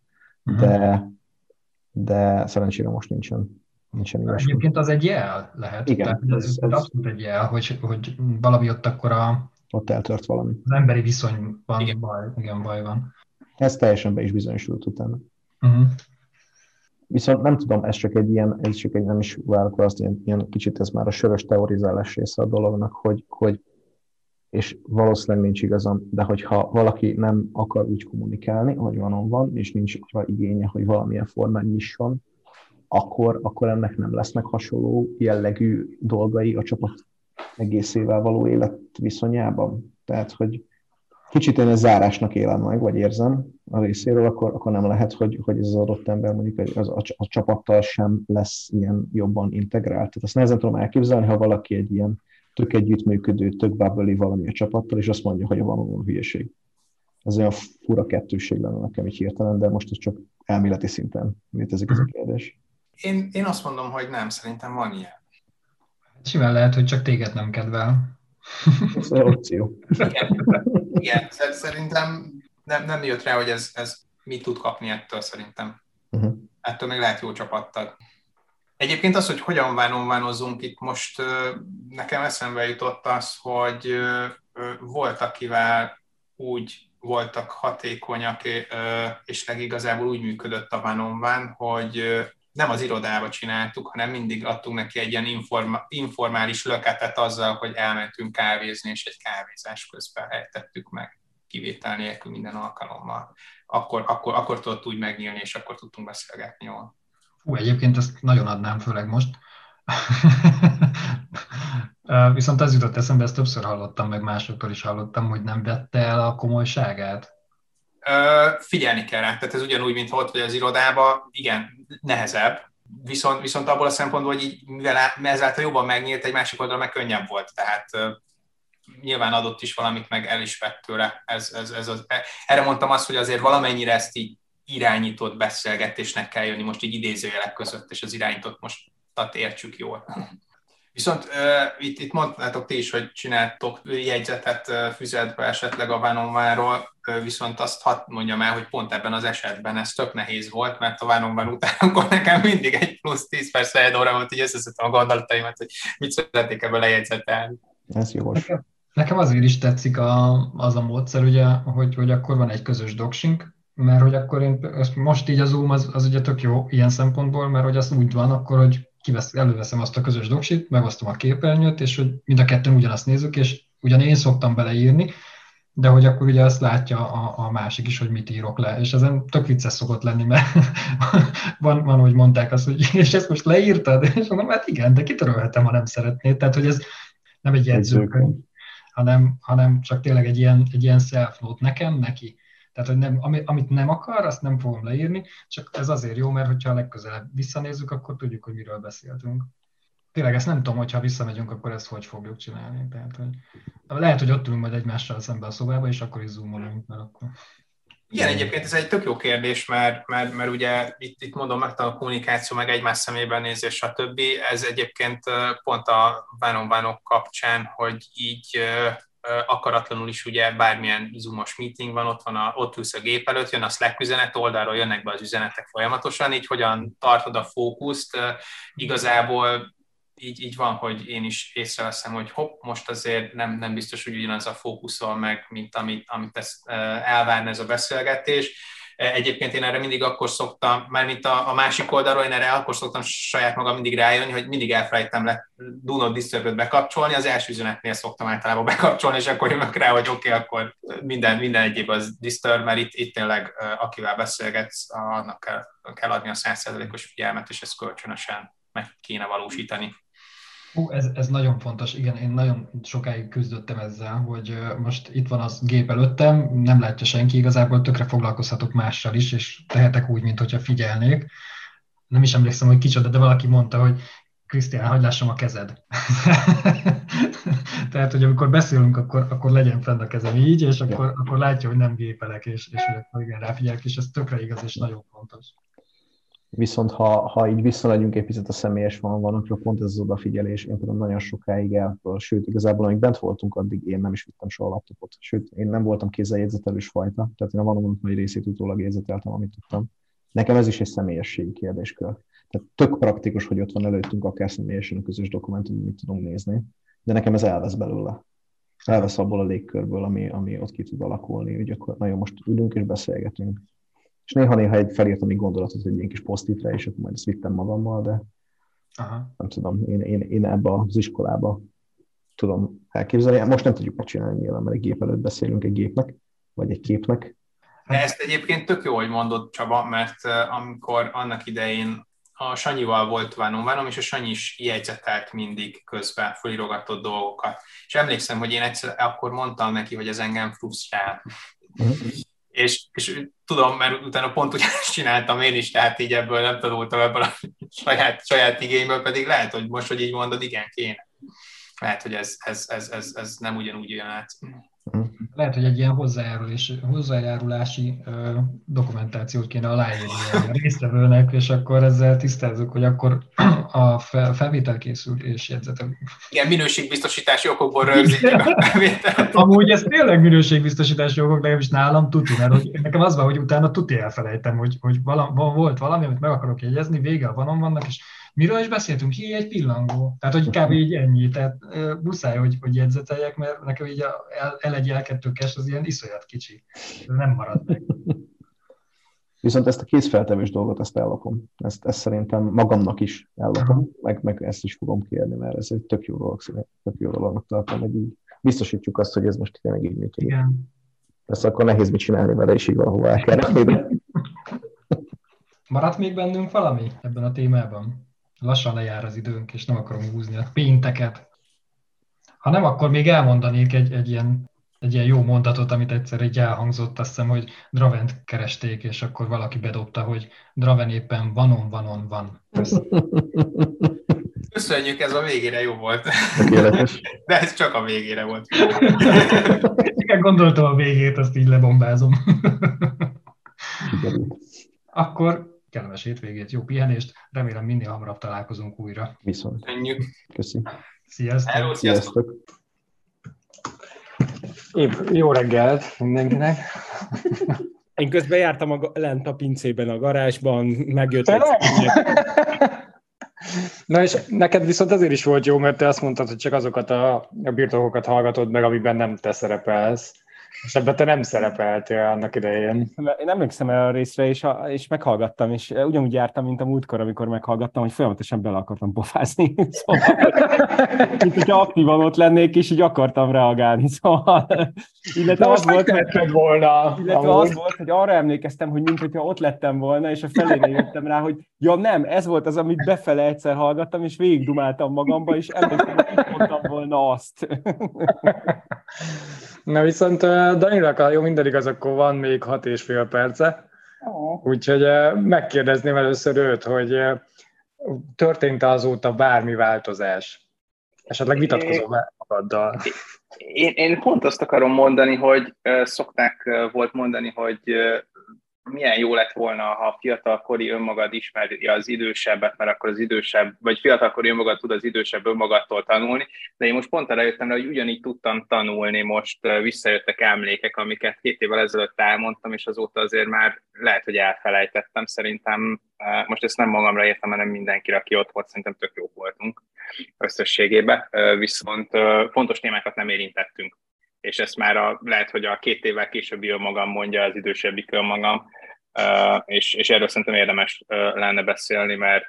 de szerencsére most nincsen ilyesmi. Egyébként az egy jel lehet. Igen. Ez abszolút egy jel, hogy valami ott akkor ott eltört valami. Az emberi viszonyban baj van. Ez teljesen be is bizonyosult utána. Viszont nem tudom, ez csak egy nem is várok azt, ilyen kicsit ez már a sörös teorizálás része a dolognak, hogy és valószínűleg nincs igazam, de hogyha valaki nem akar úgy kommunikálni, hogy van, és nincs arra igénye, hogy valamilyen formán nyisson, akkor ennek nem lesznek hasonló jellegű dolgai a csapat egészével való életviszonyában. Tehát, hogy kicsit én ezt zárásnak élem meg, vagy érzem a részéről, akkor nem lehet, hogy ez az adott ember mondjuk a csapattal sem lesz ilyen jobban integrált. Tehát azt nehezen tudom elképzelni, ha valaki egy ilyen tök együttműködő, tök bubbly valami a csapattal, és azt mondja, hogy a valóban hülyeség. Ez olyan fura kettősség lenne nekem így hirtelen, de most ez csak elméleti szinten létezik ez a kérdés. Én azt mondom, hogy nem, szerintem van ilyen. Simán lehet, hogy csak téged nem kedvel. Ez egy opció. Igen, szerintem nem jött rá, hogy ez mit tud kapni ettől szerintem. Ettől még lehet jó csapattag. Egyébként az, hogy hogyan one-on-one-ozzunk itt most, nekem eszembe jutott az, hogy volt, akivel úgy voltak hatékonyak, és legigazából úgy működött a one-on-one, hogy nem az irodába csináltuk, hanem mindig adtunk neki egy ilyen informális löketet azzal, hogy elmentünk kávézni, és egy kávézás közben ejtettük meg kivétel nélkül minden alkalommal. Akkor tudott úgy megnyílni, és akkor tudtunk beszélgetni jól. Egyébként ezt nagyon adnám, főleg most. Viszont az jutott eszembe, ezt többször hallottam, meg másoktól is hallottam, hogy nem vette el a komolyságát. Figyelni kell rá, tehát ez ugyanúgy, mint ott vagy az irodában, igen, nehezebb, viszont abból a szempontból, hogy így, mivel ezáltal jobban megnyílt, egy másik oldalon meg könnyebb volt, tehát nyilván adott is valamit, meg el is vett tőle. Erre mondtam azt, hogy azért valamennyire ezt így irányított beszélgetésnek kell jönni, most így idézőjelek között, és az irányított most értsük jól. Viszont itt mondtátok ti is, hogy csináltok jegyzetet füzetbe esetleg a one-on-one-ról, viszont azt hadd mondjam el, hogy pont ebben az esetben ez tök nehéz volt, mert a one-on-one után akkor nekem mindig egy plusz 10 perc óra volt, hogy összeszedtem a gondolataimat, hogy mit szeretnék ebből lejegyzetelni. Ez jogos. Nekem azért is tetszik az a módszer, ugye, hogy akkor van egy közös docsink, mert hogy akkor most így a Zoom az ugye tök jó ilyen szempontból, mert hogy az úgy van akkor, hogy előveszem azt a közös doksit, megosztom a képernyőt, és hogy mind a ketten ugyanazt nézzük, és ugyan én szoktam beleírni, de hogy akkor ugye azt látja a másik is, hogy mit írok le, és ezen tök vicces szokott lenni, mert van, hogy mondták azt, hogy és ezt most leírtad, és mondom, hát igen, de kitörölhetem, ha nem szeretnéd, tehát hogy ez nem egy jegyzőkönyv, hanem csak tényleg egy ilyen self-note nekem, neki. Tehát, hogy nem, amit nem akar, azt nem fogom leírni, csak ez azért jó, mert hogyha legközelebb visszanézzük, akkor tudjuk, hogy miről beszéltünk. Tényleg ezt nem tudom, hogyha visszamegyünk, akkor ezt hogy fogjuk csinálni. Tehát, hogy lehet, hogy ott ülünk majd egymással szembe a szobába, és akkor is zoomolunk, mert akkor... Igen, egyébként ez egy tök jó kérdés, mert ugye itt mondom, a kommunikáció, meg egymás szemében nézés, stb. Ez egyébként pont a One-on-One-ok kapcsán, hogy így akaratlanul is ugye bármilyen zoomos meeting van, ott ülsz a gép előtt, jön a Slack üzenet, oldalról jönnek be az üzenetek folyamatosan, így hogyan tartod a fókuszt, igazából így van, hogy én is észreveszem, hogy hopp, most azért nem biztos, hogy ugyanaz a fókuszol meg, mint amit ezt elvárna ez a beszélgetés. Egyébként én erre mindig akkor szoktam, mármint a másik oldalról, én erre akkor szoktam saját magam mindig rájönni, hogy mindig elfelejtem le Do Not Disturb-öt bekapcsolni, az első üzenetnél szoktam általában bekapcsolni, és akkor jövök rá, hogy oké, akkor minden egyéb az disturb, mert itt tényleg akivel beszélgetsz, annak kell adni a 100%-os figyelmet, és ezt kölcsönösen meg kéne valósítani. Ez nagyon fontos, igen, én nagyon sokáig küzdöttem ezzel, hogy most itt van az gép előttem, nem látja senki, igazából tökre foglalkozhatok mással is, és tehetek úgy, mintha figyelnék. Nem is emlékszem, hogy kicsoda, de valaki mondta, hogy Krisztián, hagyd lássam a kezed. Tehát, hogy amikor beszélünk, akkor legyen fenn a kezem így, és akkor látja, hogy nem gépelek, és akkor igen, ráfigyelek, és ez tökre igaz, és nagyon fontos. Viszont ha így visszamegyünk egy picit a személyes vonalakra, pont ez az odafigyelés, én például nagyon sokáig sőt, igazából amíg bent voltunk, addig én nem is vittem soha a laptopot. Sőt, én nem voltam kézzeljegyzetelős fajta, tehát én a One-on-One nagy részét utólag jegyzeteltem, amit tudtam. Nekem ez is egy személyességi kérdéskör. Tehát tök praktikus, hogy ott van előttünk akár személyesen a közös dokumentum, amit tudunk nézni, de nekem ez elvesz belőle. Elvesz abból a légkörből, ami ott ki tud alakulni, hogy akkor nagyon most ülünk és beszélgetünk. És néha felírtam egy gondolatot, hogy egy kis posztitre, és akkor majd ezt vittem magammal, de nem tudom, én ebbe az iskolába tudom elképzelni. Most nem tudjuk megcsinálni nyilván, mert egy gép előtt beszélünk egy gépnek, vagy egy képnek. De ezt egyébként tök jó, hogy mondod, Csaba, mert amikor annak idején a Sanyival volt One-on-One-om, és a Sanyi is jegyzetelt mindig közben, fölirogatott dolgokat. És emlékszem, hogy én egyszer akkor mondtam neki, hogy ez engem frusztrál. És tudom, mert utána pont ugyanezt csináltam én is, tehát így ebből nem tanultam ebből a saját igényből, pedig lehet, hogy most, hogy így mondod, igen, kéne. Lehet, hogy ez nem ugyanúgy jön át. Lehet, hogy egy ilyen hozzájárulási dokumentációt kéne aláírni a résztvevőnek, és akkor ezzel tisztázzuk, hogy akkor a felvétel készül és jegyzetelünk. Igen, minőségbiztosítási okokból rögzítjük a felvételt. Amúgy ez tényleg minőségbiztosítási okok, legalábbis nálam tuti, mert hogy nekem az van, hogy utána tuti elfelejtem, hogy volt valami, amit meg akarok jegyezni, vége van vannak, és miről is beszéltünk? Egy pillangó. Tehát, hogy kb. Így ennyi. Tehát muszáj, hogy jegyzeteljek, mert nekem így a L1-L2 cache az ilyen iszonyat kicsi. Nem marad meg. Viszont ezt a kézfeltevős dolgot, ezt ellopom. Ezt szerintem magamnak is ellopom, meg ezt is fogom kérni, mert ez egy tök jó dolog, tök jó dolognak tartom, hogy így biztosítjuk azt, hogy ez most tényleg így működik. Igen. Ezt akkor nehéz mit csinálni vele, és így valahova el kell rakni. Maradt még bennünk valami ebben a témában? Lassan lejár az időnk, és nem akarom húzni a pénteket. Ha nem, akkor még elmondanék egy ilyen jó mondatot, amit egyszer így elhangzott, azt hiszem, hogy Dravent keresték, és akkor valaki bedobta, hogy Draven éppen One-on-One-on van. Köszönjük, ez a végére jó volt. Tökéletes. De ez csak a végére volt. Igen, gondoltam a végét, azt így lebombázom. Akkor kellemes hétvégét, jó pihenést, remélem minél hamarabb találkozunk újra. Viszont. Köszönjük. Köszi. Sziasztok. Hello, sziasztok. Jó reggelt mindenkinek. Én közben jártam lent a pincében, a garázsban, megjött egy Na és neked viszont azért is volt jó, mert te azt mondtad, hogy csak azokat a birtokokat hallgatod meg, amiben nem te szerepelsz. És ebben te nem szerepeltél annak idején. Én emlékszem el a részre, és meghallgattam, és ugyanúgy jártam, mint a múltkor, amikor meghallgattam, hogy folyamatosan bele akartam pofázni. Szóval, mint hogyha aktívan ott lennék, és így akartam reagálni. Szóval, illetve az volt, hogy arra emlékeztem, hogy mint hogyha ott lettem volna, és a felére jöttem rá, hogy ja nem, ez volt az, amit befele egyszer hallgattam, és végigdumáltam magamba, és emlékszem, hogy így mondtam volna azt. Na viszont Daninak, ha jó minden igaz, akkor van még 6,5 perce. Úgyhogy megkérdezném először őt, hogy történt azóta bármi változás? Esetleg vitatkozom magaddal. Én pont azt akarom mondani, hogy szokták volt mondani, hogy milyen jó lett volna, ha fiatalkori önmagad ismeri az idősebbet, mert akkor az idősebb, vagy fiatalkori önmagad tud az idősebb önmagadtól tanulni, de én most pont arra jöttem rá, hogy ugyanígy tudtam tanulni, most visszajöttek emlékek, amiket 2 évvel ezelőtt elmondtam, és azóta azért már lehet, hogy elfelejtettem, szerintem most ezt nem magamra értem, hanem mindenkire, aki ott volt, szerintem tök jók voltunk összességében, viszont fontos témákat nem érintettünk. És ezt már lehet, hogy a 2 évvel későbbi önmagam mondja, az idősebbik önmagam, és erről szerintem érdemes lenne beszélni, mert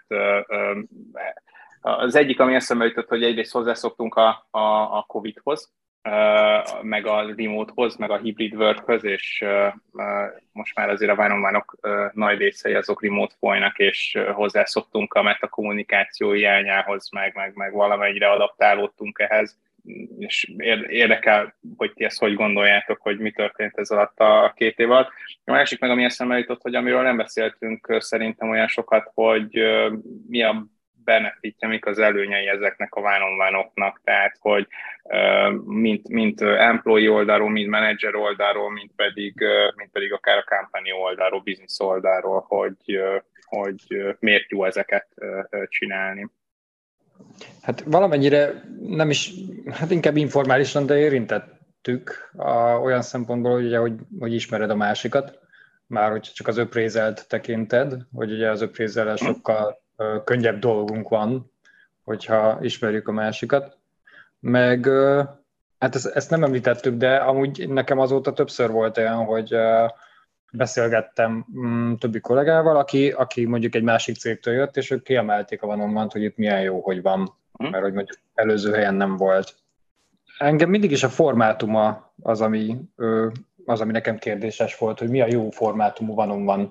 az egyik, ami eszembe jutott, hogy egyrészt hozzászoktunk a Covid-hoz, meg a remote-hoz, meg a hybrid work-höz, és most már azért a one-on-one-ok nagy részei azok remote folynak, és hozzászoktunk a metakommunikáció hiányához, meg valamennyire adaptálódtunk ehhez. És érdekel, hogy ti ezt hogy gondoljátok, hogy mi történt ez alatt a 2 év alatt. A másik meg, ami eszembe jutott, hogy amiről nem beszéltünk szerintem olyan sokat, hogy mi a benefitje, mik az előnyei ezeknek a one-on-one-oknak, tehát hogy mint employee oldalról, mint manager oldalról, mint pedig akár a company oldalról, business oldalról, hogy miért jó ezeket csinálni. Hát valamennyire nem is, hát inkább informálisan, de érintettük olyan szempontból, hogy, ugye, hogy ismered a másikat, már hogyha csak az appraisalt tekinted, hogy ugye az appraisal sokkal könnyebb dolgunk van, hogyha ismerjük a másikat. Meg, hát ezt nem említettük, de amúgy nekem azóta többször volt olyan, hogy beszélgettem többi kollégával, aki mondjuk egy másik cégtől jött, és ők kiemelték a one-on-one-t, hogy itt milyen jó, hogy van, mert hogy mondjuk előző helyen nem volt. Engem mindig is a formátuma az, ami nekem kérdéses volt, hogy mi a jó formátumú one-on-one.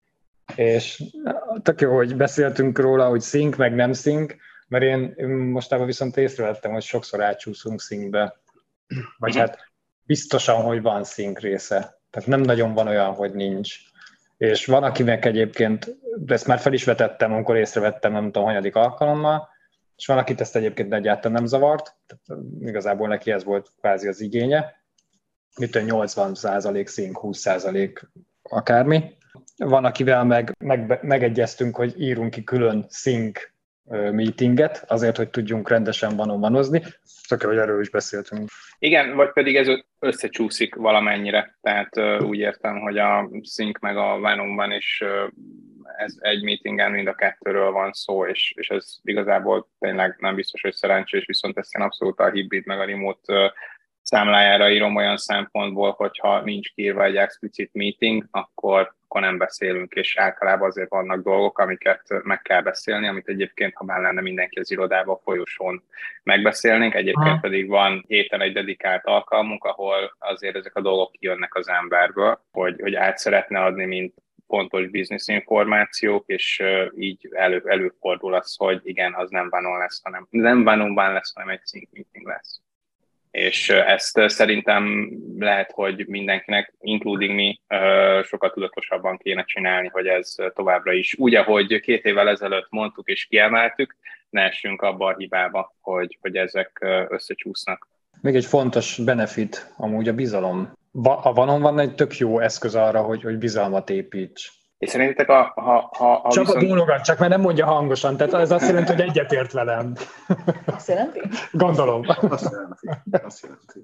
És tök jó, hogy beszéltünk róla, hogy sync, meg nem sync, mert én mostában viszont észrevettem, hogy sokszor átcsúszunk syncbe. Vagy hát biztosan, hogy van sync része. Tehát nem nagyon van olyan, hogy nincs. És van, akinek egyébként, de ezt már fel is vetettem, amikor észrevettem, nem tudom, hanyadik alkalommal, és van, akit ezt egyébként egyáltalán nem zavart, tehát igazából neki ez volt kvázi az igénye. Mitől 80% sync, 20% akármi. Van, akivel megegyeztünk, hogy írunk ki külön sync meetinget, azért, hogy tudjunk rendesen one-on-one-ozni. Csak hogy erről is beszéltünk. Igen, vagy pedig ez összecsúszik valamennyire. Tehát úgy értem, hogy a sync meg a one-on-one is ez egy meetingen mind a kettőről van szó, és ez igazából tényleg nem biztos, hogy szerencsés, viszont ezt én abszolút a hibrid meg a remote számlájára írom olyan szempontból, hogyha nincs kiírva egy explicit meeting, akkor nem beszélünk, és általában azért vannak dolgok, amiket meg kell beszélni, amit egyébként, ha már lenne mindenki az irodában, folyosón megbeszélnénk, egyébként pedig van héten egy dedikált alkalmunk, ahol azért ezek a dolgok kijönnek az emberből, hogy át szeretne adni, mint pontos business információk, és így előfordul az, hogy igen, az nem one-on-one lesz, hanem egy sync meeting lesz. És ezt szerintem lehet, hogy mindenkinek, including mi, sokkal tudatosabban kéne csinálni, hogy ez továbbra is úgy, ahogy 2 évvel ezelőtt mondtuk és kiemeltük, ne essünk abba a hibába, hogy ezek összecsúsznak. Még egy fontos benefit, amúgy a bizalom. A one-on-one egy tök jó eszköz arra, hogy bizalmat építs. És szerintetek, Csak viszont... a bólogat, csak mert nem mondja hangosan, tehát ez azt jelenti, hogy egyetért velem. Azt jelenti? Gondolom. Azt jelenti.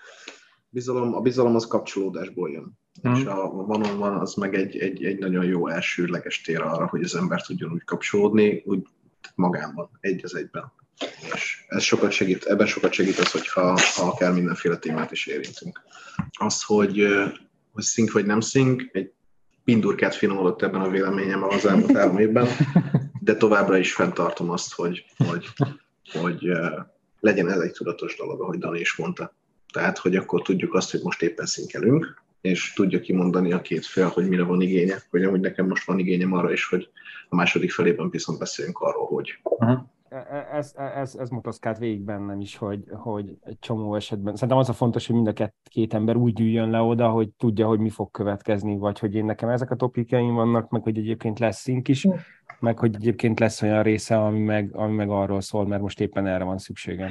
A bizalom az kapcsolódásból jön. És a one-on-one az meg egy nagyon jó elsődleges tér arra, hogy az ember tudjon úgy kapcsolódni, úgy magában, egy az egyben. És ez sokat segít, ebben sokat segít az, hogyha akár mindenféle témát is érintünk. Az, hogy szink vagy nem szink, egy pindurkát finomodott ebben a véleményem az elmúlt 3 évben, de továbbra is fenntartom azt, hogy legyen ez egy tudatos dolog, ahogy Dani is mondta. Tehát, hogy akkor tudjuk azt, hogy most éppen szinkelünk, és tudja kimondani a két fél, hogy mire van igénye, hogy amúgy nekem most van igényem arra is, hogy a második felében viszont beszéljünk arról, hogy... Ez motoszkált végig bennem is, hogy egy csomó esetben. Szerintem az a fontos, hogy mind a két ember úgy üljön le oda, hogy tudja, hogy mi fog következni, vagy hogy én nekem ezek a topikeim vannak, meg hogy egyébként lesz szink is, meg hogy egyébként lesz olyan része, ami meg arról szól, mert most éppen erre van szükségem.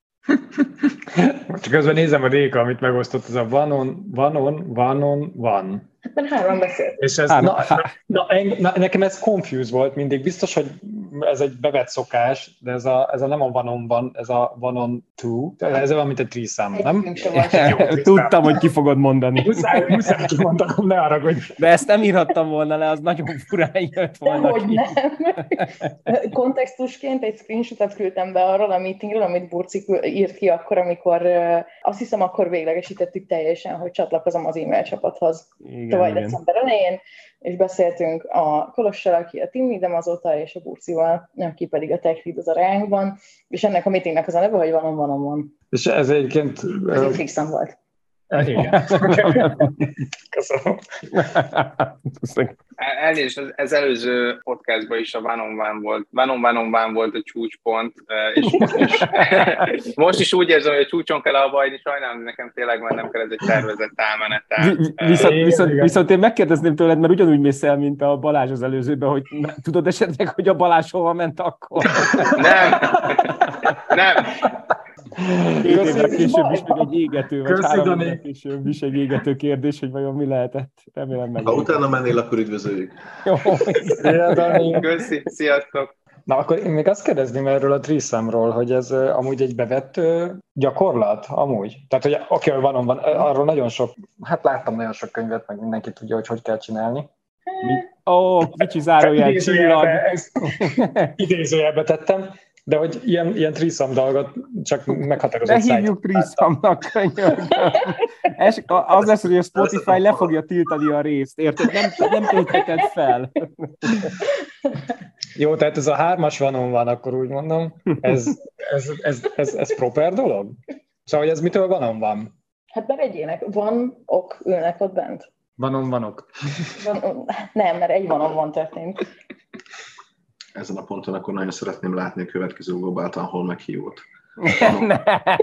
Csak közben nézem a Réka, amit megosztott, ez a van. Hát mert 3 beszélt. És ez, nekem ez confuse volt mindig. Biztos, hogy ez egy bevett szokás, de ez a nem a van, ez a one on two. Ez olyan, mint a threesome, nem? Tudtam, hogy ki fogod mondani. Muszáj kimondtam, ne haragudj. De ezt nem írhattam volna le, az nagyon furán jött volna. Hogy nem. Kontextusként egy screenshotot küldtem be arról a meetingről, amit Burci írt ki akkor, amikor azt hiszem, akkor véglegesítettük teljesen, hogy csatlakozom az e-mail csapathoz. Tavaly december elején, és beszéltünk a Kolossal, aki a team leadem azóta, és a Burcival, aki pedig a tech lead az a ránykban, és ennek a meetingnek az a neve, hogy van. És ez egyébként... Ez egy fixem volt. Igen. Köszönöm. Elnézést, az előző podcastban is a One volt a csúcspont, és most is úgy érzem, hogy a csúcson kell abba hagyni, sajnálom, nekem tényleg már nem kell, ez egy tervezett elmenet. Viszont én megkérdezném tőled, mert ugyanúgy mész el, mint a Balázs az előzőben, hogy tudod esetleg, hogy a Balázs hova ment akkor? Nem. 2 évvel később is még egy égető, vagy 3 évvel később is egy égető kérdés, hogy vajon mi lehetett. Remélem meg. Ha utána mennél, akkor üdvözöljük. Jó. Köszi, sziasztok. Na, akkor én még azt kérdezném erről a threesome-ról, hogy ez amúgy egy bevett gyakorlat, amúgy. Tehát, hogy aki van, arról nagyon sok, hát láttam nagyon sok könyvet, meg mindenki tudja, hogy kell csinálni. Kicsi zárójel csillag. Idézőjelbe tettem. De hogy ilyen threesome dolgot csak meghatározott szájt. Ne hívjuk threesome-nak, könyörgöm. Az lesz, hogy a Spotify le fogja tiltani a részt, érted? Nem töltheted fel. Jó, tehát ez a 3-as van, akkor úgy mondom. Ez proper dolog? Szóval, hogy ez mitől van? Hát mert egyének vanok ülnek ott bent. Vanok. Nem, mert egy van történt. Ezen a ponton akkor nagyon szeretném látni a következő Global Town Hall meghívót. Nem.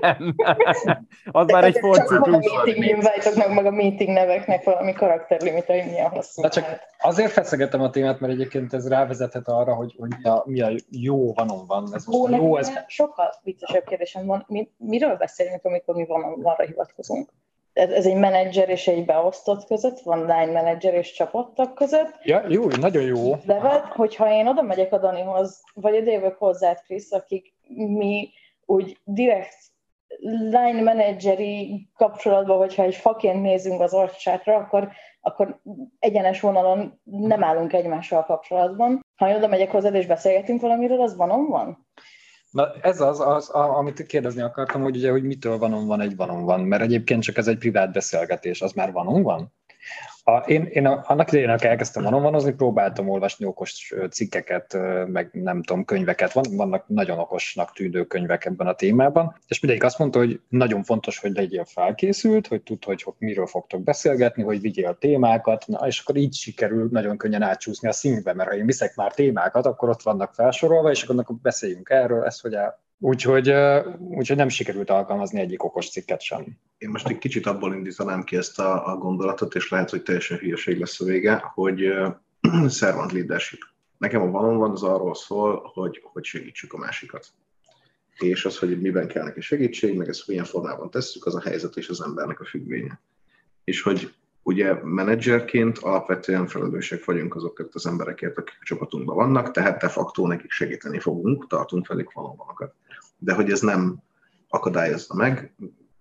Az már egy forciklus. Csak a meeting invite-oknak, meg a meeting neveknek valami karakterlimit, hogy milyen hosszú. De csak azért feszegettem a témát, mert egyébként ez rávezethet arra, hogy mi a jó van. Ez most jó, ez... Sokkal viccesebb kérdésem van. Miről beszélünk, amikor mi vanra hivatkozunk? Ez egy menedzser és egy beosztott között, van line menedzser és csapattag között. Ja, jó, nagyon jó. De hogyha én oda megyek a Danihoz, vagy odajövök hozzád, Krisz, akik mi úgy direkt line menedzseri kapcsolatban, hogyha egy faként nézünk az orcsátra, akkor egyenes vonalon nem állunk egymással kapcsolatban. Ha én oda megyek hozzád és beszélgetünk valamiről, az van? Na ez az, amit kérdezni akartam, hogy ugye, hogy mitől van egy van, mert egyébként csak ez egy privát beszélgetés, az már van? Én annak idején, amikor elkezdtem vanozni, próbáltam olvasni okos cikkeket, meg nem tudom, könyveket. Vannak nagyon okosnak tűnő könyvek ebben a témában, és mindegyik azt mondta, hogy nagyon fontos, hogy legyél felkészült, hogy tudd, hogy miről fogtok beszélgetni, hogy vigyél témákat, és akkor így sikerül nagyon könnyen átcsúszni a színbe, mert ha én viszek már témákat, akkor ott vannak felsorolva, és akkor beszéljünk erről, ezt hogy Úgyhogy nem sikerült alkalmazni egyik okos cikket sem. Én most egy kicsit abból indítanám ki ezt a gondolatot, és lehet, hogy teljesen hülyeség lesz a vége, hogy servant leadership. Nekem a van az arról szól, hogy segítsük a másikat. És az, hogy miben kell neki segítség, meg ezt milyen formában tesszük, az a helyzet és az embernek a függvénye. És hogy ugye menedzserként alapvetően felelősek vagyunk azokért az emberekért, akik a csapatunkban vannak, tehát de facto nekik segíteni fogunk, tartunk velük valóban. De hogy ez nem akadályozza meg.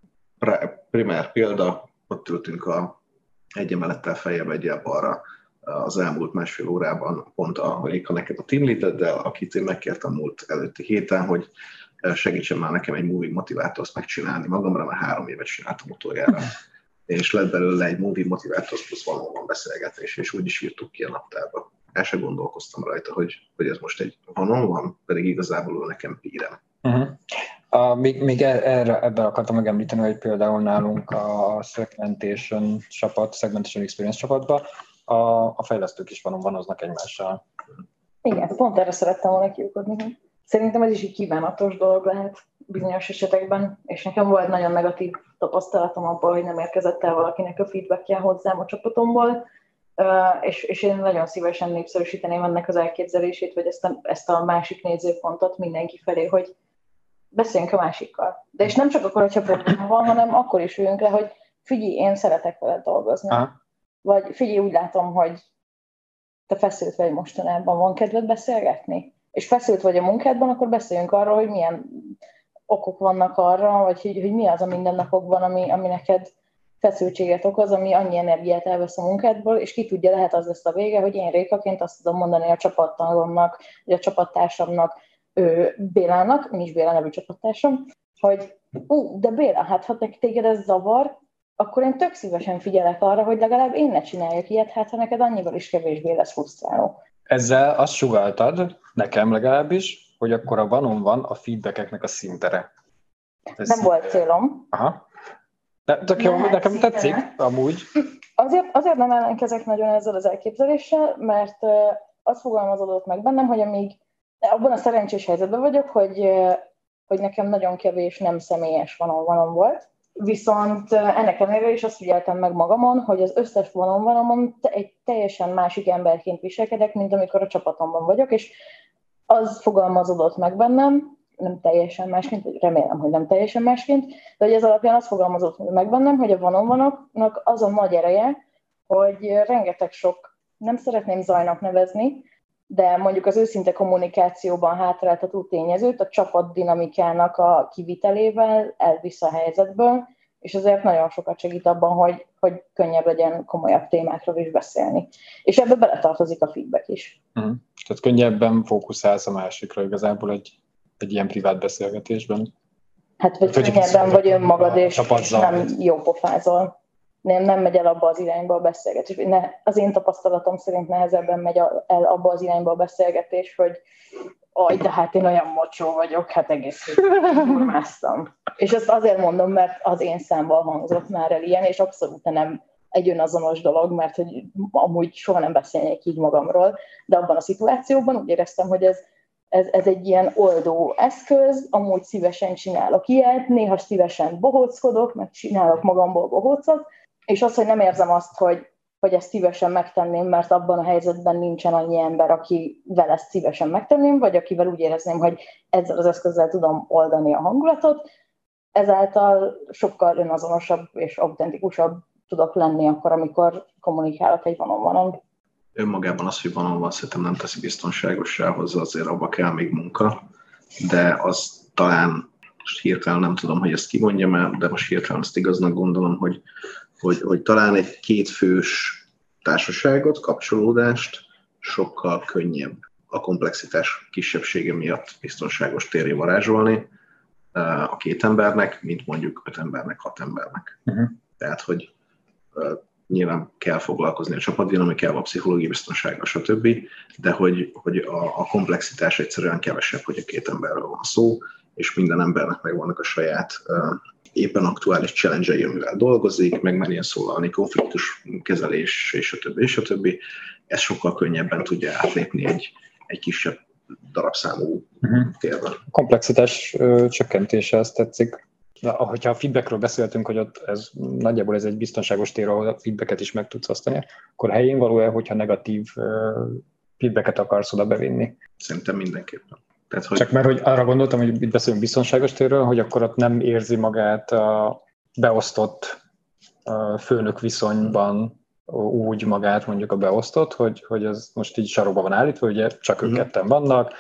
Primer példa, ott ültünk egy emelettel feljebb, egyel balra az elmúlt 1,5 órában, pont a neked a team leadeddel, akit én megkértem múlt előtti héten, hogy segítsen már nekem egy movie motivátort megcsinálni magamra, mert 3 évet csináltam utoljára. És lett belőle egy movie motivátor plusz valóban beszélgetés, és úgy is írtuk ki a naptárba. El se gondolkoztam rajta, hogy ez most egy van, pedig igazából nekem pírem. Még ebben akartam megemlíteni, hogy például nálunk a Segmentation Experience csapatban a fejlesztők is vanoznak egymással. Igen, pont erre szerettem volna kiukodni. Szerintem ez is egy kívánatos dolog lehet bizonyos esetekben, és nekem volt nagyon negatív tapasztalatom abban, hogy nem érkezett el valakinek a feedbackje hozzám a csapatomból, és én nagyon szívesen népszerűsíteném ennek az elképzelését, vagy ezt a másik nézőpontot mindenki felé, hogy beszéljünk a másikkal. De és nem csak akkor, hogyha probléma van, hanem akkor is üljünk le, hogy figyelj, én szeretek veled dolgozni. Vagy figyelj, úgy látom, hogy te feszült vagy mostanában, van kedved beszélgetni? És feszült vagy a munkádban, akkor beszéljünk arról, hogy milyen okok vannak arra, vagy hogy mi az a mindennapokban, ami neked feszültséget okoz, ami annyi energiát elvesz a munkádból, és ki tudja, lehet az lesz a vége, hogy én Rékaként azt tudom mondani a csapattagomnak, vagy a csapattársamnak, Bélának, nincs Béla nevű csapattársam, hogy de Béla, hát ha téged ez zavar, akkor én tök szívesen figyelek arra, hogy legalább én ne csináljak ilyet, hát ha neked annyival is kevésbé lesz frusztráló. Ezzel azt sugalltad, nekem legalábbis, hogy akkor a van a feedbackeknek a szintere. Nem volt célom. Aha. De tök jó, nekem tetszik, amúgy. Azért nem ellenkezek nagyon ezzel az elképzeléssel, mert az fogalmazódott meg bennem, hogy amíg abban a szerencsés helyzetben vagyok, hogy nekem nagyon kevés nem személyes van volt, viszont ennek ellenére is azt figyeltem meg magamon, hogy az összes van egy teljesen másik emberként viselkedek, mint amikor a csapatomban vagyok, és az fogalmazódott meg bennem, nem teljesen másként, vagy remélem, hogy nem teljesen másként, de hogy ez alapján az fogalmazott meg bennem, hogy a vanoknak az a nagy ereje, hogy rengeteg sok, nem szeretném zajnak nevezni, de mondjuk az őszinte kommunikációban hátráltató tényezőt a csapat dinamikának a kivitelével elvisz a helyzetből, és ezért nagyon sokat segít abban, hogy könnyebb legyen komolyabb témákról is beszélni. És ebbe beletartozik a feedback is. Tehát könnyebben fókuszálsz a másikra igazából egy ilyen privát beszélgetésben. Hát, vagy könnyebben vagy önmagad, és nem jópofázol. Nem megy el abba az irányba a beszélgetés. Az én tapasztalatom szerint nehezebben megy el abba az irányba a beszélgetés, hogy de hát én olyan mocsó vagyok, hát egész formáztam. És ezt azért mondom, mert az én számban hangzott már el ilyen, és abszolút nem egy önazonos dolog, mert hogy amúgy soha nem beszélnék így magamról, de abban a szituációban úgy éreztem, hogy ez egy ilyen oldó eszköz, amúgy szívesen csinálok ilyet, néha szívesen bohóckodok, meg csinálok magamból bohócot, és az, hogy nem érzem azt, hogy ezt szívesen megtenném, mert abban a helyzetben nincsen annyi ember, akivel ezt szívesen megtenném, vagy akivel úgy érezném, hogy ezzel az eszközzel tudom oldani a hangulatot, ezáltal sokkal önazonosabb és autentikusabb tudok lenni akkor, amikor kommunikálok egy van-on-van-on. Önmagában az, hogy van szerintem nem teszi biztonságossá, hozzá azért abba kell még munka, de az talán, most hirtelen nem tudom, hogy ezt kimondjam el, de most hirtelen azt igaznak gondolom, hogy talán egy kétfős társaságot, kapcsolódást sokkal könnyebb a komplexitás kisebbsége miatt biztonságos térre varázsolni a 2 embernek, mint mondjuk 5 embernek, 6 embernek. Tehát, hogy nyilván kell foglalkozni a csapatdinamikával, a pszichológiai biztonsággal, stb., de hogy a komplexitás egyszerűen kevesebb, hogy a 2 emberről van szó, és minden embernek megvannak a saját éppen aktuális challenge-ei, amivel dolgozik, meg merjen szólalni, konfliktus kezelés, és a többi. Ez sokkal könnyebben tudja átlépni egy kisebb darabszámú térben. A komplexitás csökkentése, ezt tetszik. Hogyha a feedbackről beszéltünk, hogy ott nagyjából ez egy biztonságos tér, ahol a feedbacket is meg tudsz osztani, akkor helyén való-e, hogyha negatív feedbacket akarsz oda bevinni? Szerintem mindenképpen. Tehát, csak mert hogy arra gondoltam, hogy itt beszélünk biztonságos térről, hogy akkor ott nem érzi magát a beosztott főnök viszonyban úgy magát mondjuk a beosztott, hogy ez most így sarokba van állítva, ugye csak ők ketten vannak,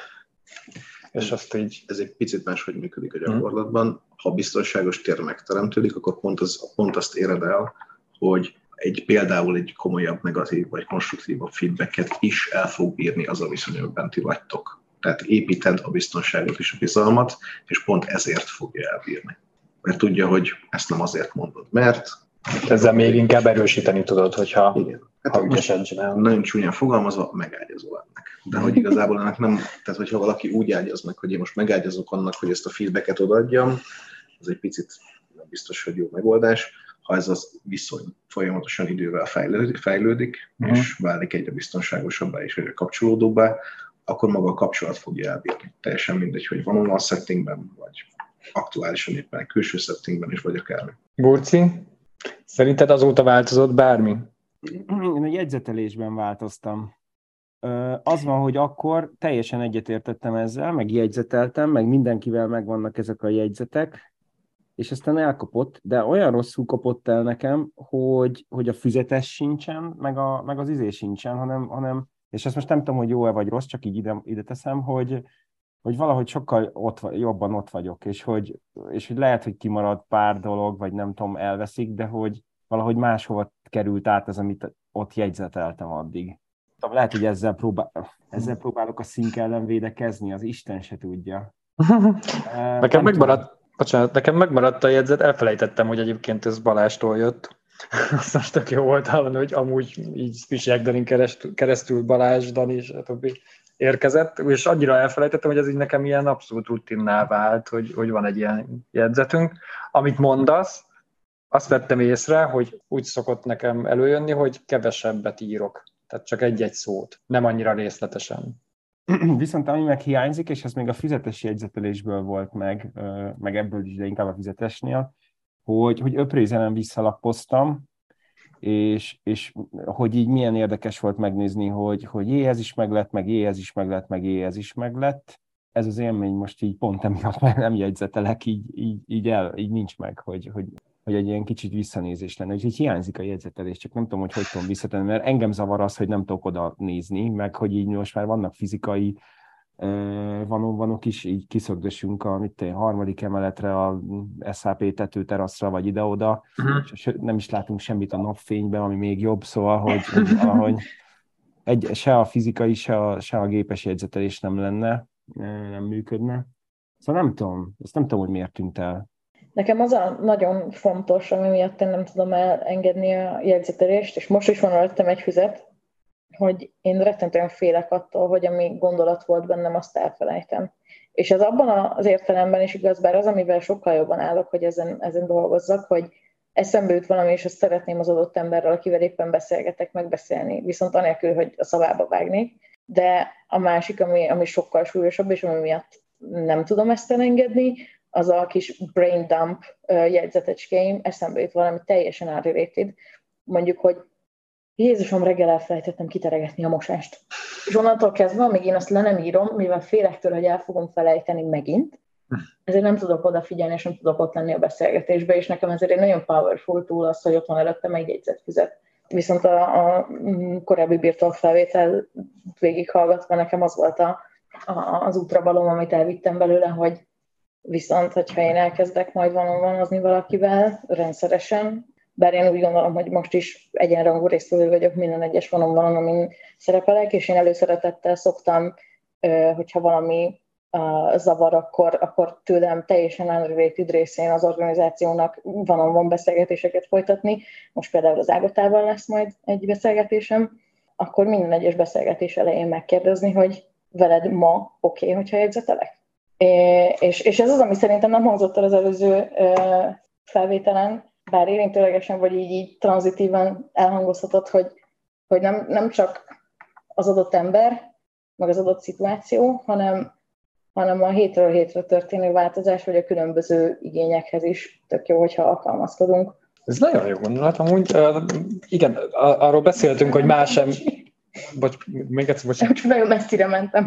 és azt így... Ez egy picit máshogy működik a gyakorlatban. Ha biztonságos tér megteremtődik, akkor pont azt éred el, hogy például egy komolyabb, negatív vagy konstruktívabb feedbacket is el fog bírni az a viszony, amiben ti vagytok. Tehát építed a biztonságot és a bizalmat, és pont ezért fogja elbírni. Mert tudja, hogy ezt nem azért mondod, mert... Ezzel még inkább erősíteni tudod, hogyha hát ügyesen csinálod. Nagyon csúnyán fogalmazva, megágyazol ennek. De hogy igazából ennek nem... Tehát, hogyha valaki úgy ágyaz meg, hogy én most megágyazok annak, hogy ezt a feedbacket odaadjam, az egy picit nem biztos, hogy jó megoldás. Ha ez az viszony folyamatosan idővel fejlődik és válik egyre biztonságosabbá és egyre kapcsolódóbbá, akkor maga a kapcsolat fogja elbírni. Teljesen mindegy, hogy van settingben, vagy aktuálisan éppen egy külső settingben is, vagy akármi. Burci, szerinted azóta változott bármi? Én a jegyzetelésben változtam. Az van, hogy akkor teljesen egyetértettem ezzel, meg jegyzeteltem, meg mindenkivel megvannak ezek a jegyzetek, és aztán elkapott, de olyan rosszul kapott el nekem, hogy a füzetes sincsen, meg az izé sincsen, hanem és ezt most nem tudom, hogy jó-e vagy rossz, csak így ide teszem, hogy valahogy sokkal jobban ott vagyok, és hogy lehet, hogy kimarad pár dolog, vagy nem tudom, elveszik, de hogy valahogy máshova került át az, amit ott jegyzeteltem addig. Lehet, hogy ezzel próbálok a szink ellen védekezni, az Isten se tudja. Nekem megmaradt a jegyzet, elfelejtettem, hogy egyébként ez Balástól jött. Azt most tök jó volt hallani, hogy amúgy így Spisjekdanin keresztül Balázs, Dani és a többi érkezett, és annyira elfelejtettem, hogy ez így nekem ilyen abszolút rutinná vált, hogy van egy ilyen jegyzetünk. Amit mondasz, azt vettem észre, hogy úgy szokott nekem előjönni, hogy kevesebbet írok. Tehát csak egy-egy szót, nem annyira részletesen. Viszont ami meg hiányzik, és ez még a füzetes jegyzetelésből volt meg ebből is, de inkább a füzetesnél, hogy öprézelen visszalappoztam, és hogy így milyen érdekes volt megnézni, hogy ez is meglett, meg ez is meglett, meg ez is meglett. Ez az élmény most így pont emiatt nem jegyzetelek, így nincs meg, hogy egy ilyen kicsit visszanézés lenne. Úgyhogy hiányzik a jegyzetelés, csak nem tudom, hogy tudom visszatenni, mert engem zavar az, hogy nem tudok oda nézni, meg hogy így most már vannak fizikai vanok is, így kiszögdösünk a harmadik emeletre, a SAP tetőteraszra, vagy ide-oda, és nem is látunk semmit a napfényben, ami még jobb, szóval, hogy se a fizikai, se a gépes jegyzetelés nem lenne, nem működne. Szóval nem tudom, hogy miért tűnt el. Nekem az a nagyon fontos, ami miatt én nem tudom elengedni a jegyzetelést, és most is van előttem egy füzet, hogy én rettentően félek attól, hogy ami gondolat volt bennem, azt elfelejtem. És ez abban az értelemben is igaz, bár az, amivel sokkal jobban állok, hogy ezen dolgozzak, hogy eszembe jut valami, és azt szeretném az adott emberrel, akivel éppen beszélgetek, megbeszélni, viszont anélkül, hogy a szavába vágnék. De a másik, ami sokkal súlyosabb, és ami miatt nem tudom ezt elengedni, az a kis brain dump jegyzetecskéim, eszembe jut valami teljesen unrelated. Mondjuk, hogy Jézusom, reggel elfelejtettem kiteregetni a mosást. És onnantól kezdve, amíg én azt le nem írom, mivel félek tőle, hogy el fogom felejteni megint, ezért nem tudok odafigyelni, és nem tudok ott lenni a beszélgetésbe, és nekem ezért egy nagyon powerful tool az, hogy ott van előttem egy jegyzetfüzet. Viszont a korábbi birtok felvétel végighallgatva nekem az volt az útravalóm, amit elvittem belőle, hogy viszont, hogyha én elkezdek majd van-ozni valakivel rendszeresen, bár én úgy gondolom, hogy most is egyenrangú résztvevő vagyok minden egyes van-on, amin szerepelek, és én előszeretettel szoktam, hogyha valami zavar, akkor tőlem teljesen unrelated részén az organizációnak van beszélgetéseket folytatni. Most például az Ágotával lesz majd egy beszélgetésem, akkor minden egyes beszélgetés elején megkérdezni, hogy veled ma oké, hogyha jegyzetelek? És ez az, ami szerintem nem hangzott el az előző felvételen, bár érintőlegesen vagy így tranzitíven elhangozhatott, hogy nem csak az adott ember, meg az adott szituáció, hanem a hétről hétre történő változás, vagy a különböző igényekhez is tök jó, hogyha alkalmazkodunk. Ez nagyon jó gondolat, amúgy. Igen, arról beszéltünk, hogy más sem... Még egyszer, bocsánat. Csak nagyon messzire mentem.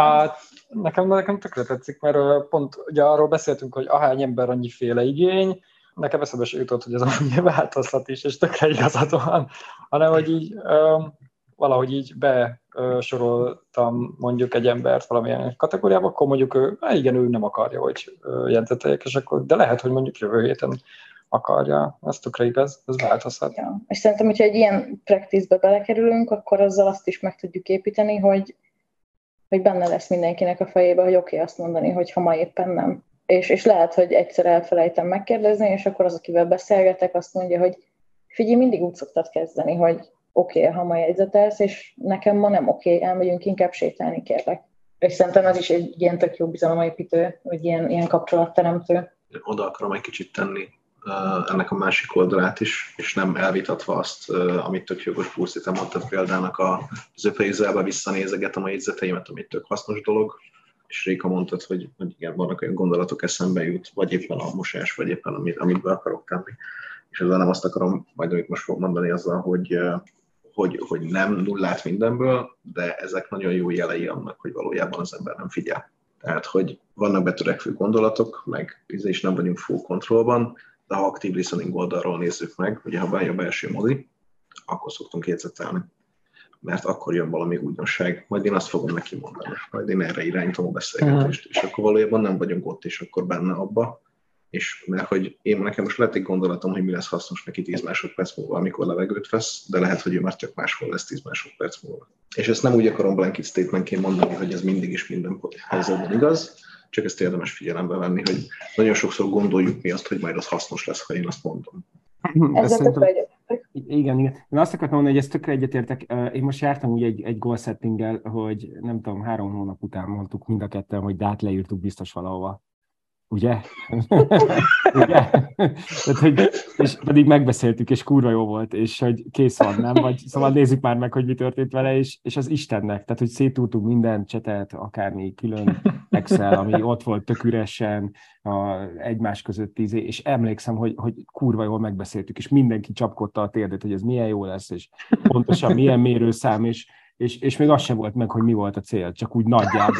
Nekem tökre tetszik, mert pont ugye arról beszéltünk, hogy ahány ember annyiféle igény, nekem eszembe se jutott, hogy ez amúgy változhat is, és tökre igazad van, hanem hogy így valahogy így besoroltam mondjuk egy embert valamilyen kategóriába, akkor mondjuk ő nem akarja, hogy jegyzeteljek, és akkor, de lehet, hogy mondjuk jövő héten akarja, ez tökre igaz, ez változhat. Ja. És szerintem, hogyha egy ilyen practice-be belekerülünk, akkor azzal azt is meg tudjuk építeni, hogy hogy benne lesz mindenkinek a fejébe, hogy oké, azt mondani, hogy ha ma éppen nem. És lehet, hogy egyszer elfelejtem megkérdezni, és akkor az, akivel beszélgetek, azt mondja, hogy figyelj, mindig úgy szoktad kezdeni, hogy oké, ha ma jegyzetelsz, és nekem ma nem oké, elmegyünk inkább sétálni, kérlek. És szerintem ez is egy ilyen tök jó bizalomépítő, vagy ilyen kapcsolatteremtő. Oda akarom egy kicsit tenni ennek a másik oldalát is, és nem elvitatva azt, amit tök jogos Pulszi, te mondtad példának az öpeizzelbe visszanézegetem a jegyzeteimet, ami tök hasznos dolog, és Réka mondtad, hogy igen, vannak olyan gondolatok eszembe jut, vagy éppen a mosás, vagy éppen amit be akarok tenni. És ezzel nem azt akarom, majd amit most fog mondani azzal, hogy nem nullát mindenből, de ezek nagyon jó jelei annak, hogy valójában az ember nem figyel. Tehát, hogy vannak betörekvő gondolatok, meg is nem vagyunk full kontrollban, de ha aktív listening oldalról nézzük meg, ugye ha bejön a belső modi, akkor szoktunk jegyzetelni. Mert akkor jön valami újdonság, majd én azt fogom neki mondani, majd én erre irányítom a beszélgetést, és akkor valójában nem vagyunk ott, és akkor benne abba, és mert hogy nekem most lett egy gondolatom, hogy mi lesz hasznos neki 10 másodperc múlva, amikor levegőt vesz, de lehet, hogy ő már csak máshol lesz 10 másodperc múlva. És ezt nem úgy akarom blanket statementként mondani, hogy ez mindig és minden helyzetben igaz, csak ezt érdemes figyelembe venni, hogy nagyon sokszor gondoljuk mi azt, hogy majd az hasznos lesz, ha én azt mondom. Igen. Én azt akartam mondani, hogy ezt tökre egyetértek. Én most jártam úgy egy goal settinggel, hogy nem tudom, 3 hónap után mondtuk mind a ketten, hogy de leírtuk biztos valahova. Ugye? Ugye? Tehát, hogy, és pedig megbeszéltük, és kurva jó volt, és hogy kész van, nem? Vagy, szóval nézzük már meg, hogy mi történt vele, és az Istennek. Tehát, hogy széttúrtunk minden csetet, akármi külön Excel, ami ott volt tök üresen, egymás között 10 év, és emlékszem, hogy kurva jól megbeszéltük, és mindenki csapkodta a térdét, hogy ez milyen jó lesz, és pontosan milyen mérőszám, és még az sem volt meg, hogy mi volt a cél, csak úgy nagyjából.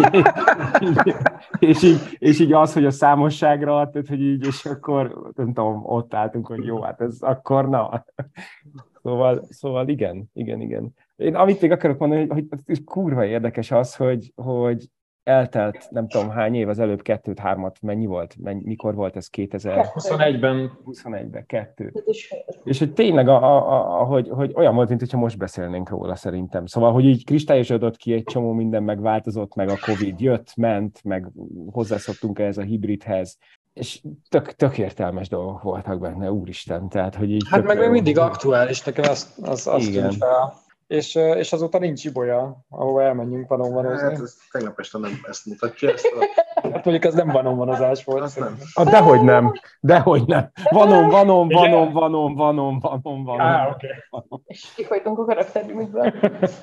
És így az, hogy a számosságra, tehát, hogy így, és akkor, nem tudom, ott álltunk, hogy jó, hát ez akkor na. Szóval igen. Én amit még akarok mondani, hogy kurva érdekes az, hogy eltelt, nem tudom hány év, az előbb 2-3, mennyi volt? Mikor volt ez 2021-ben. 21-ben 2. És hogy tényleg, hogy olyan volt, mintha most beszélnénk róla szerintem. Szóval, hogy így kristályosodott ki egy csomó minden, megváltozott, meg a Covid jött, ment, meg hozzászoktunk ehhez a hibridhez, és tök értelmes dolgok voltak benne, úristen. Tehát, hogy így hát meg még mindig aktuális, nekem azt tűnt fel. És azóta nincs Ibolya, ahova elmenjünk vanomvanozni. Hát ez tegnap este nem ezt mutatja. Hát mondjuk ez nem vanomvanozás volt. Dehogy nem. Vanom. Oké. És kifolytunk a karakterünkből.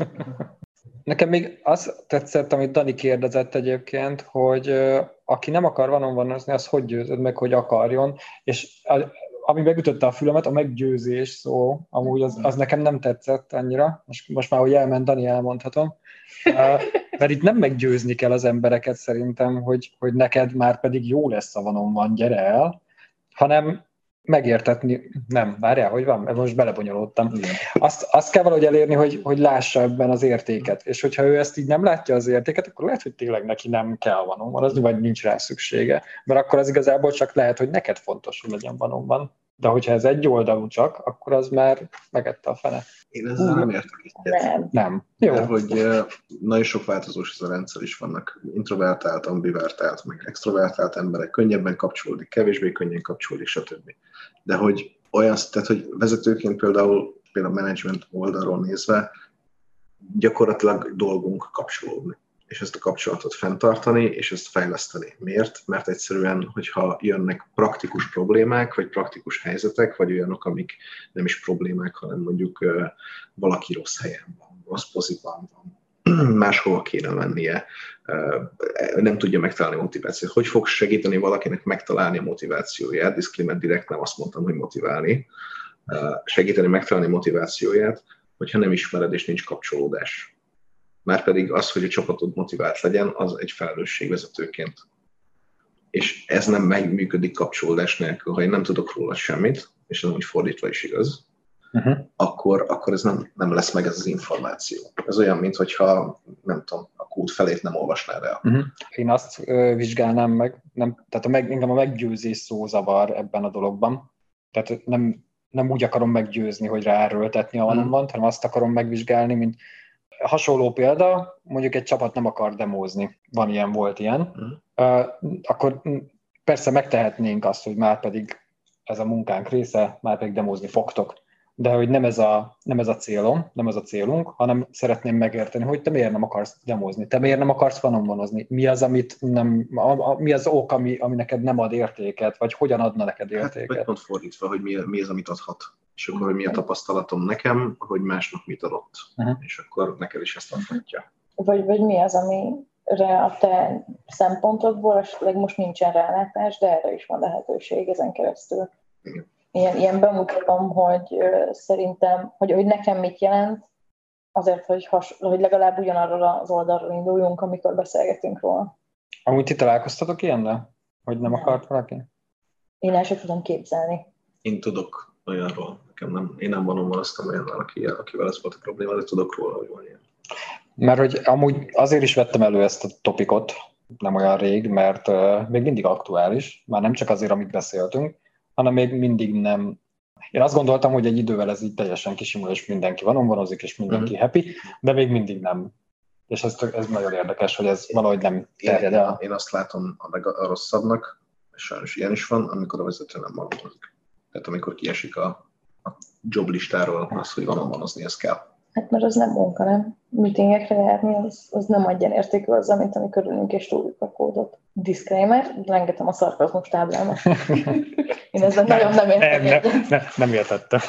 Nekem még az tetszett, amit Dani kérdezett egyébként, hogy aki nem akar vanomvanozni, az hogy győzöd meg, hogy akarjon, és ami megütötte a fülemet, a meggyőzés szó, amúgy az nekem nem tetszett annyira, most már, hogy elment Dani, elmondhatom, mert itt nem meggyőzni kell az embereket szerintem, hogy neked már pedig jó lesz a vanon, gyere el, hanem megértetni, nem, várjál, hogy van, most belebonyolódtam. Azt kell valahogy elérni, hogy lássa ebben az értéket, és hogyha ő ezt így nem látja az értéket, akkor lehet, hogy tényleg neki nem kell vanon, vagy nincs rá szüksége, mert akkor az igazából csak lehet, hogy neked fontos, hogy legyen vanon. De hogyha ez egy oldalú csak, akkor az már megette a fene. Én ezzel nem értek egyet. Nem. Jó. Mert hogy nagyon sok változós ez a rendszer is, vannak introvertált, ambivertált, meg extrovertált emberek, könnyebben kapcsolódik, kevésbé könnyen kapcsolódik, stb. De hogy olyan, tehát hogy vezetőként például management oldalról nézve gyakorlatilag dolgunk kapcsolódni. És ezt a kapcsolatot fenntartani, és ezt fejleszteni. Miért? Mert egyszerűen, hogyha jönnek praktikus problémák, vagy praktikus helyzetek, vagy olyanok, amik nem is problémák, hanem mondjuk valaki rossz helyen van, rossz poziban van, máshova kéne mennie, nem tudja megtalálni a motivációt. Hogy fog segíteni valakinek megtalálni a motivációját? Disclaimer, direkt nem azt mondtam, hogy motiválni. Segíteni megtalálni a motivációját, hogyha nem ismered és nincs kapcsolódás. Márpedig az, hogy a csapatod motivált legyen, az egy felelősség vezetőként. És ez nem működik kapcsolódás nélkül. Ha én nem tudok róla semmit, és ez úgy fordítva is igaz, akkor ez nem lesz meg ez az információ. Ez olyan, mintha, nem tudom, a kód felét nem olvasnál el. Én azt vizsgálnám meg, tehát engem a meggyőzés szó zavar ebben a dologban. Tehát nem úgy akarom meggyőzni, hogy ráerőltetni a vanomban, hanem azt akarom megvizsgálni, mint hasonló példa, mondjuk egy csapat nem akar demózni, volt ilyen, akkor persze megtehetnénk azt, hogy már pedig ez a munkánk része, már pedig demózni fogtok. De hogy nem ez a célom, nem ez a célunk, hanem szeretném megérteni, hogy te miért nem akarsz demózni, te miért nem akarsz one-on-one-ozni, mi az ok, ami neked nem ad értéket, vagy hogyan adna neked értéket. Vagy pont fordítva, hogy mi az, amit adhat. És akkor, hogy mi a tapasztalatom nekem, hogy másnak mit adott. És akkor neked is ezt adhatja. Vagy mi az, amire a te szempontodból esetleg most nincsen rálátás, de erre is van lehetőség ezen keresztül. Igen. Ilyen bemutatom, hogy szerintem, hogy nekem mit jelent, azért, hogy legalább ugyanarról az oldalról induljunk, amikor beszélgetünk róla. Amúgy ti találkoztatok ilyennel? Hogy nem akart valaki? Én el sem tudom képzelni. Én tudok olyanról. Én nem vonom-vonoztam olyannal, akivel ez volt a probléma, de tudok róla, hogy van ilyen. Mert hogy amúgy azért is vettem elő ezt a topikot, nem olyan rég, mert még mindig aktuális, már nem csak azért, amit beszéltünk, hanem még mindig nem. Én azt gondoltam, hogy egy idővel ez így teljesen kisimul, és mindenki van-ozik, és mindenki happy, de még mindig nem. És ez nagyon érdekes, hogy ez valahogy nem terjed el. Én azt látom a rosszabbnak, és sajnos ilyen is van, amikor a vezető nem van-ozik. Tehát amikor kiesik a job listáról az, hogy van-ozni, ez kell. Hát mert az nem munka, nem? Meetingekre járni, az nem adjan értékű azzal, mint amikor ülünk és túljuk a kódot. Disclaimer, lengetem a szarkazmus táblámat. Én ezzel nagyon nem értem egyet. Nem értettem.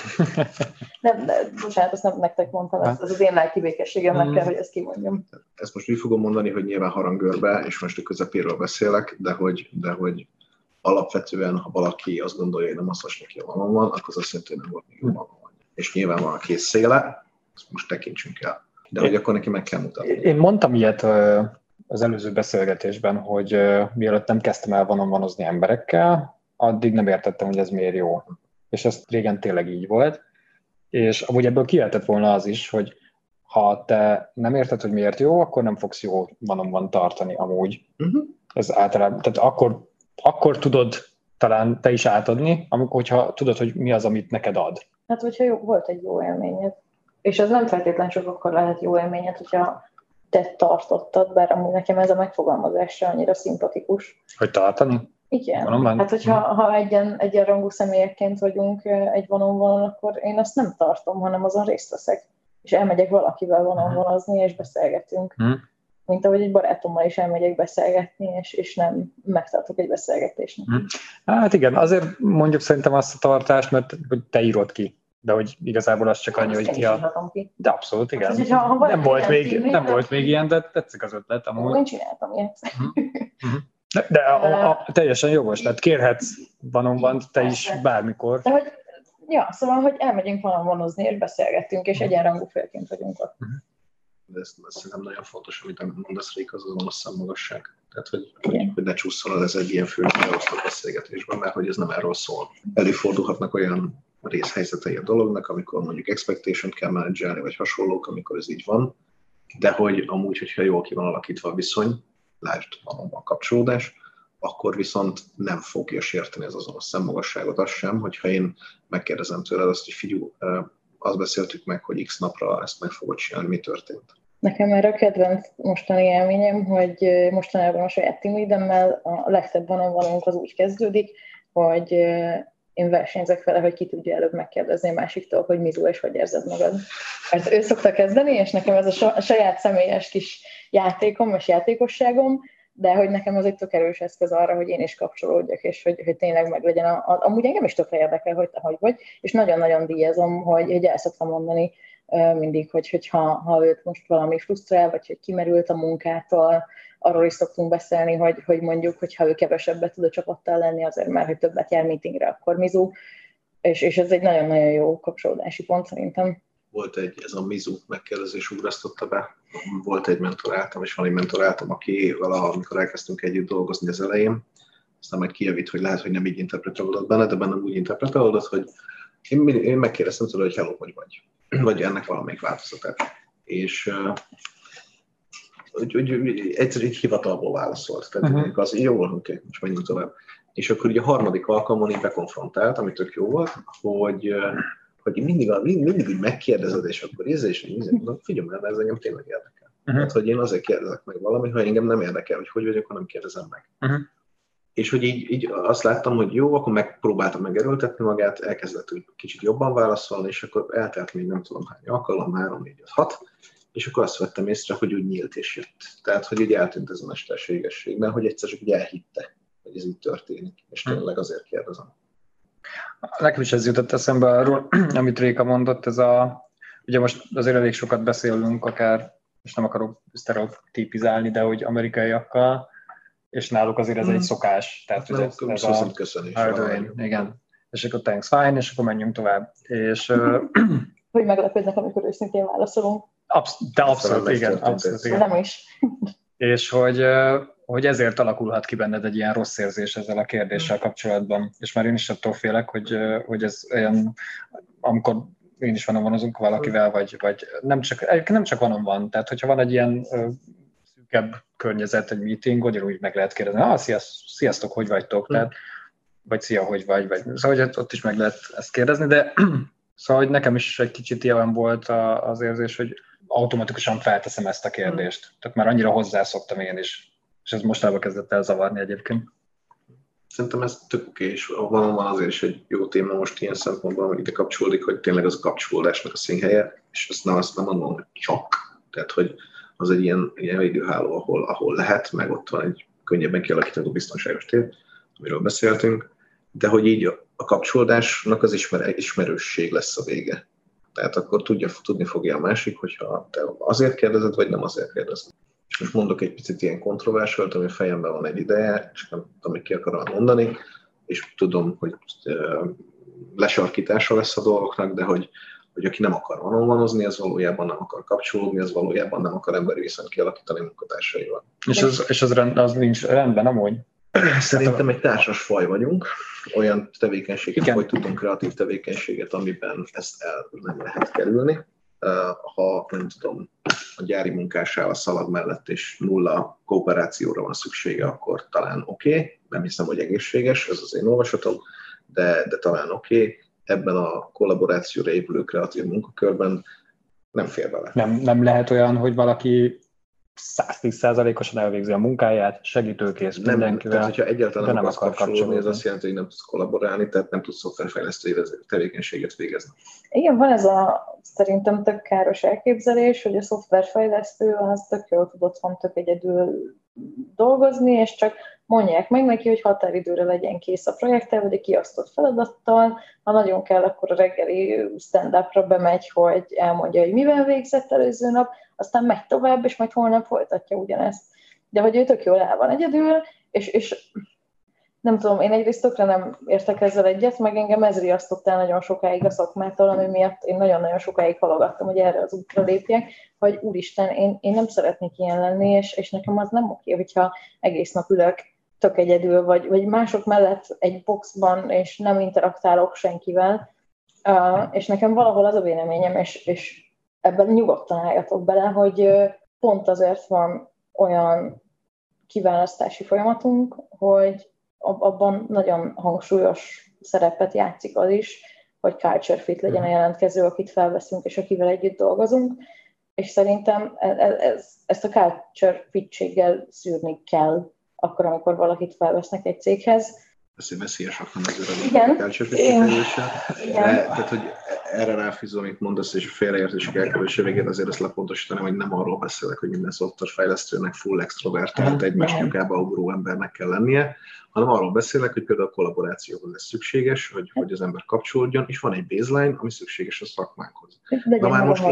Bocsánat, azt nem nektek mondtam, ez az én lelki békességemnek kell, hogy ezt kimondjam. Ezt most úgy fogom mondani, hogy nyilván harangörbe, és most a közepéről beszélek, de hogy alapvetően, ha valaki azt gondolja, hogy nem hasznos neki a van, akkor az azt jelenti, hogy nem volt még van. És nyilván van a kész széle, ezt most tekintsünk el. De hogy akkor neki meg kell mutatni. Én mondtam ilyet az előző beszélgetésben, hogy mielőtt nem kezdtem el van-ozni emberekkel, addig nem értettem, hogy ez miért jó. És ez régen tényleg így volt. És amúgy ebből kijöhetett volna az is, hogy ha te nem érted, hogy miért jó, akkor nem fogsz jó one-on-one tartani amúgy. Ez általában, tehát akkor tudod talán te is átadni, hogyha tudod, hogy mi az, amit neked ad. Hát, hogyha volt egy jó élményed. És ez nem feltétlenül csak akkor lehet jó élményed, hogyha te tartottad, bár amúgy nekem ez a megfogalmazás se annyira szimpatikus. Hogy tartani? Igen. Hát, hogyha egyenrangú személyekként vagyunk egy one-on-one, akkor én azt nem tartom, hanem azon részt veszek. És elmegyek valakivel one-on-one-ozni, és beszélgetünk. Mint ahogy egy barátommal is elmegyek beszélgetni, és nem megtartok egy beszélgetésnek. Hát igen, azért mondjuk szerintem azt a tartást, mert hogy te írod ki. De hogy igazából az csak annyi, hogy ki. De abszolút, igen. Hát, Nem volt még ilyen, de tetszik az ötlet amúgy. Én csináltam ilyet. De teljesen jogos, tehát kérhetsz one-on-one te is bármikor. De hogy, szóval, hogy elmegyünk one-on-one-ozni, és beszélgettünk, és egyenrangú félként vagyunk ott. De ez szerintem nagyon fontos, amit mondasz, Réka, az a szemmagasság. Tehát, hogy ne csúszol ez egy ilyen főmegosztott beszélgetésben, mert hogy ez nem erről szól. Előfordulhatnak olyan részhelyzetei a dolognak, amikor mondjuk expectation-t kell menedzselni, vagy hasonlók, amikor ez így van, de hogy amúgy, hogyha jól ki van alakítva a viszony, lásd, van a kapcsolódás, akkor viszont nem fogja sérteni az azonos szemmagasságot az sem, hogyha én megkérdezem tőled azt, hogy figyelj, azt beszéltük meg, hogy x napra ezt meg fogod csinálni, mi történt. Nekem már a kedvenc mostani élményem, hogy mostanában a saját team leademmel a legtöbb one-on-one-unk az úgy kezdődik, hogy én versenyzek vele, hogy ki tudja előbb megkérdezni a másiktól, hogy Mizu, és hogy érzed magad. Mert ő szokta kezdeni, és nekem ez a saját személyes kis játékom, és játékosságom, de hogy nekem az egy tök erős eszköz arra, hogy én is kapcsolódjak, és hogy tényleg meglegyen amúgy engem is tökre érdekel, hogy te hogy vagy, és nagyon-nagyon díjazom, hogy el szoktam mondani mindig, hogy ha őt most valami frusztrál, vagy hogy kimerült a munkától, arról is szoktunk beszélni, hogy mondjuk, hogyha ő kevesebbet tud a csapattal lenni, azért már, hogy többet jár meetingre, akkor Mizu, és ez egy nagyon-nagyon jó kapcsolódási pont szerintem. Volt ez a Mizu megkérdezés ugrasztotta be, volt egy mentoráltam, és van egy mentoráltam, aki valaha, amikor elkezdtünk együtt dolgozni az elején, aztán majd kijavít, hogy lehet, hogy nem így interpretálódott benne, de bennem úgy interpretálódott, hogy én megkérdeztem tőle, hogy hello, hogy vagy ennek valamelyik változatát. És egyszer így hivatalból válaszolt. Tehát az jó, oké, most menjünk tovább. És akkor ugye a harmadik alkalmon így bekonfrontált, ami tök jó volt, hogy hogy mindig úgy megkérdezed, és akkor és figyelj már, ez engem tényleg érdekel. Tehát, hogy én azért kérdezek meg valami, ha engem nem érdekel, hogy vagyok, akkor nem kérdezem meg. És hogy így azt láttam, hogy jó, akkor megpróbáltam megerőltetni magát, elkezdett úgy kicsit jobban válaszolni, és akkor eltelt még nem tudom hány alkalom, 3, 4, 5, 6, és akkor azt vettem észre, hogy úgy nyílt és jött. Tehát, hogy úgy eltűnt ez a mesterségesség, mert hogy egyszer csak úgy elhitte, hogy ez így történik, és tényleg azért kérdezem. Nekem is ez jutott eszembe arról, amit Réka mondott, ugye most azért elég sokat beszélünk, akár, és nem akarok sztereotípizálni, de hogy amerikaiakkal, és náluk azért ez egy szokás. Tehát, hogy ez a köszönés. Igen. És akkor thanks, fine, és akkor menjünk tovább. És, hogy meglepődnek, amikor őszintén válaszolunk. Abszolút, igen. Nem is. És hogy ezért alakulhat ki benned egy ilyen rossz érzés ezzel a kérdéssel kapcsolatban. És már én is attól félek, hogy ez olyan, amikor én is van-on-vanozunk valakivel, vagy nem csak van-on-van. Tehát, hogyha van egy ilyen szűkebb környezet, egy meeting, ugyanúgy meg lehet kérdezni, sziasztok, hogy vagytok? Tehát, vagy szia, hogy vagy. Szóval, hogy ott is meg lehet ezt kérdezni, de szóval, hogy nekem is egy kicsit ilyen volt az érzés, hogy automatikusan felteszem ezt a kérdést. Tehát már annyira hozzászoktam én is. És ez mostában kezdett el zavarni egyébként. Szerintem ez tök oké, és van azért is egy jó téma most ilyen szempontból, ami ide kapcsolódik, hogy tényleg az a kapcsolódásnak a színhelye, és azt nem mondom, hogy csak. Tehát, hogy az egy ilyen védőháló, ahol lehet, meg ott van egy könnyebben kialakítható biztonságos tér, amiről beszéltünk, de hogy így a kapcsolódásnak az ismerősség lesz a vége. Tehát akkor tudni fogja a másik, hogyha te azért kérdezed, vagy nem azért kérdezed. És most mondok egy picit ilyen kontroversált, ami a fejemben van egy ideje, és nem tudom, hogy ki akarom mondani, és tudom, hogy lesarkítása lesz a dolgoknak, de hogy aki nem akar van-on-vanozni, az valójában nem akar kapcsolódni, az valójában nem akar emberi viszonyt kialakítani munkatársaival. És az nincs rendben, amúgy? Szerintem egy társas faj vagyunk, olyan tevékenységet, vagy tudunk kreatív tevékenységet, amiben ezt el nem lehet kerülni. Ha nem tudom, a gyári munkás áll a szalag mellett, és nulla kooperációra van szüksége, akkor talán oké. Nem hiszem, hogy egészséges, ez az én olvasatom, de talán oké. Ebben a kollaborációra épülő kreatív munkakörben nem fér bele. Nem lehet olyan, hogy valaki 110%-osan elvégzi a munkáját, segítőkész mindenkivel, tehát, hogyha egyáltalán nem akar kapcsolódni, ez azt jelenti, hogy nem tudsz kollaborálni, tehát nem tudsz szoftverfejlesztői tevékenységet végezni. Igen, van ez a szerintem tök káros elképzelés, hogy a szoftverfejlesztő az tök jól tud otthon tök egyedül dolgozni, és csak mondják meg neki, hogy határidőre legyen kész a projekttel, vagy a kiosztott feladattal. Ha nagyon kell, akkor a reggeli stand-upra bemegy, hogy elmondja, hogy mivel végzett előző nap, aztán megy tovább, és majd holnap folytatja ugyanezt. De hogy ő tök jól el van egyedül, és nem tudom, én egyrészt tökre nem értek ezzel egyet, meg engem ez riasztott el nagyon sokáig a szakmától, ami miatt én nagyon-nagyon sokáig halogattam, hogy erre az útra lépjek, hogy úristen, én nem szeretnék ilyen lenni, és nekem az nem oké, hogyha egész nap ülök tök egyedül, vagy mások mellett egy boxban, és nem interaktálok senkivel, és nekem valahol az a véleményem, és ebben nyugodtan álljatok bele, hogy pont azért van olyan kiválasztási folyamatunk, hogy abban nagyon hangsúlyos szerepet játszik az is, hogy culture fit legyen a jelentkező, akit felveszünk, és akivel együtt dolgozunk, és szerintem ezt a culture fitséggel szűrni kell, akkor, amikor valakit felvesznek egy céghez. Ez egy veszélyes akar azért a culture fit-fejlődéssel. Tehát, hogy erre ráfűzöm, amit mondasz, és a félreértések elkerülése végén azért ezt lepontosítanám, hogy nem arról beszélek, hogy minden szoftverfejlesztőnek full extrovertált, egymás nyakába ugró embernek kell lennie, hanem arról beszélek, hogy például a kollaborációhoz lesz szükséges, hogy az ember kapcsolódjon, és van egy baseline, ami szükséges a szakmánkhoz. Na már most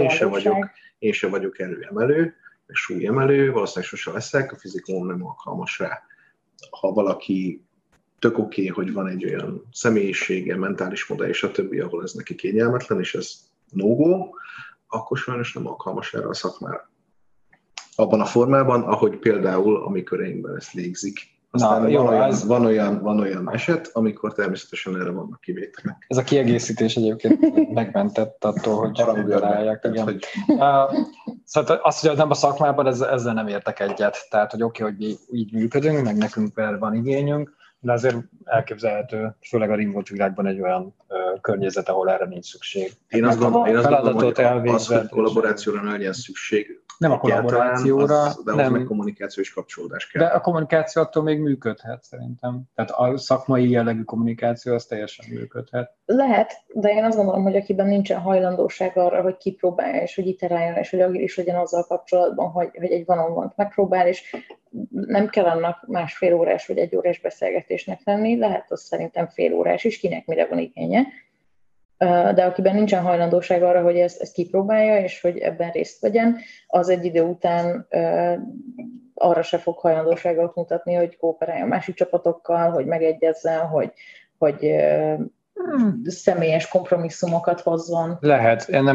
én sem vagyok erőemelő, meg súlyemelő, valószínűleg sose leszek, a fizikum nem alkalmas rá. Ha valaki tök oké, hogy van egy olyan személyisége, mentális modell és a többi, ahol ez neki kényelmetlen, és ez no-go, akkor sajnos nem alkalmas erre a szakmára. Abban a formában, ahogy például a mi köreinkben ezt légzik. Aztán van olyan eset, amikor természetesen erre vannak kivételek. Ez a kiegészítés egyébként megmentett attól, hogy harangőrálják. Szóval azt, hogy nem a szakmában, ezzel nem értek egyet. Tehát, hogy oké, hogy mi így működünk, meg nekünk van igényünk, De azért elképzelhető, főleg a remote világban egy olyan környezet, ahol erre nincs szükség. Én azt gondolom, hogy az, hogy kollaborációra ne legyen szükség, nem a kollaborációra, de ahhoz meg kommunikációs kapcsolódás kell. De a kommunikáció attól még működhet szerintem. Tehát a szakmai jellegű kommunikáció az teljesen működhet. Lehet, de én azt gondolom, hogy akiben nincsen hajlandóság arra, hogy kipróbálja, és hogy iteráljon, és hogy agilis legyen azzal kapcsolatban, hogy egy van-on-one megpróbál, és nem kell annak 1,5 órás vagy 1 órás beszélgetésnek lenni, lehet az szerintem fél órás is, kinek mire van igénye. De akiben nincsen hajlandóság arra, hogy ezt kipróbálja, és hogy ebben részt vegyen, az egy idő után arra se fog hajlandóságot mutatni, hogy kooperáljon másik csapatokkal, hogy megegyezzen, hogy személyes kompromisszumokat hozzon. Lehet. Én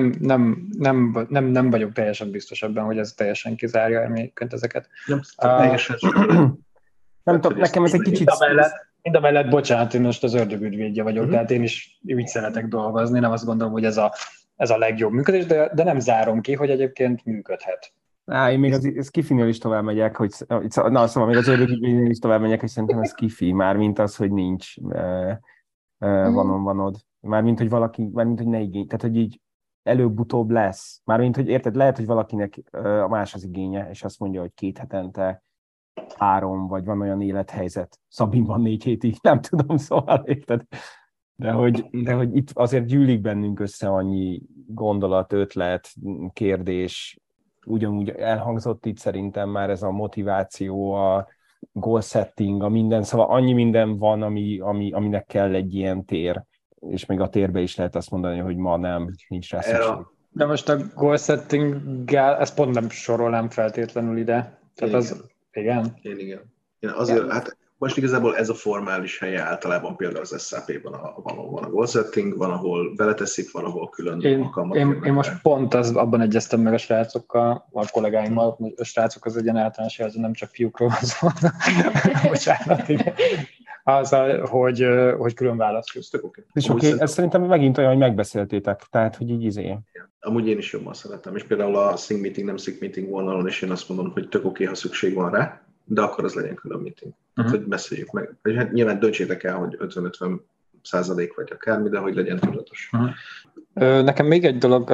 nem vagyok teljesen biztos ebben, hogy ez teljesen kizárja egyébként ezeket. Nem teljesen. Nem tudom, nekem ez egy kicsit... Mind a mellett, bocsánat, én most az ördögügyvédje vagyok, tehát én is úgy szeretek dolgozni, nem azt gondolom, hogy ez a legjobb működés, de nem zárom ki, hogy egyébként működhet. Én még az Skifinél is tovább megyek, szóval még az ördögügyvédnél is tovább megyek, hogy szerintem ez Skifi, mármint az, hogy nincs van-on-vanod. Mármint, hogy ne igény, tehát, hogy így előbb-utóbb lesz. Mármint, hogy érted, lehet, hogy valakinek más az igénye, és azt mondja, hogy 2 hetente 3, vagy van olyan élethelyzet. Szabin van 4 hétig, nem tudom, szóval érted. De hogy itt azért gyűlik bennünk össze annyi gondolat, ötlet, kérdés, ugyanúgy elhangzott itt szerintem már ez a motiváció, a goal setting, a minden, szóval annyi minden van, aminek kell egy ilyen tér, és még a térbe is lehet azt mondani, hogy ma nincs rá szükség. De most a goal setting-gel, ezt pont nem sorolnám feltétlenül ide. Tehát az... Igen? Igen. Azért, hát most igazából ez a formális helye általában például az SAP-ban van a goal setting, van, ahol beleteszik, van, ahol külön alkalmat. Én most pont abban egyeztem meg a srácokkal, a kollégáimmal, hogy a srácok az egy általános jelző, nem csak fiúkról van szó. Bocsánat, igen. Az, hogy külön választjuk. És oké, ez szerintem megint olyan, hogy megbeszéltétek, tehát, hogy így Amúgy én is jobban szeretem, és például a sync meeting, nem sync meeting vonalon, és én azt mondom, hogy tök oké, ha szükség van rá, de akkor az legyen külön meeting. Hogy beszéljük meg. Hát nyilván döntsétek el, hogy 50-50% vagy akármi, de hogy legyen tudatos. Nekem még egy dolog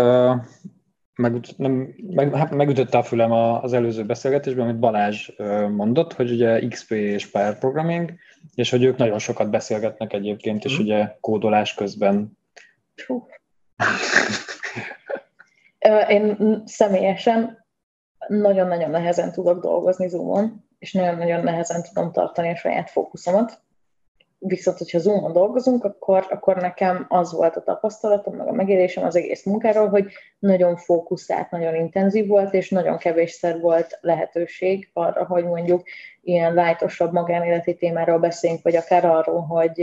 megütötte a fülem az előző beszélgetésben, amit Balázs mondott, hogy ugye XP és pair programming, és hogy ők nagyon sokat beszélgetnek egyébként, és ugye kódolás közben. Én személyesen nagyon-nagyon nehezen tudok dolgozni Zoomon, és nagyon-nagyon nehezen tudom tartani a saját fókuszomat. Viszont, hogyha Zoomon dolgozunk, akkor nekem az volt a tapasztalatom, meg a megélésem az egész munkáról, hogy nagyon fókuszált, nagyon intenzív volt, és nagyon kevésszer volt lehetőség arra, hogy mondjuk ilyen lightosabb magánéleti témáról beszéljünk, vagy akár arról,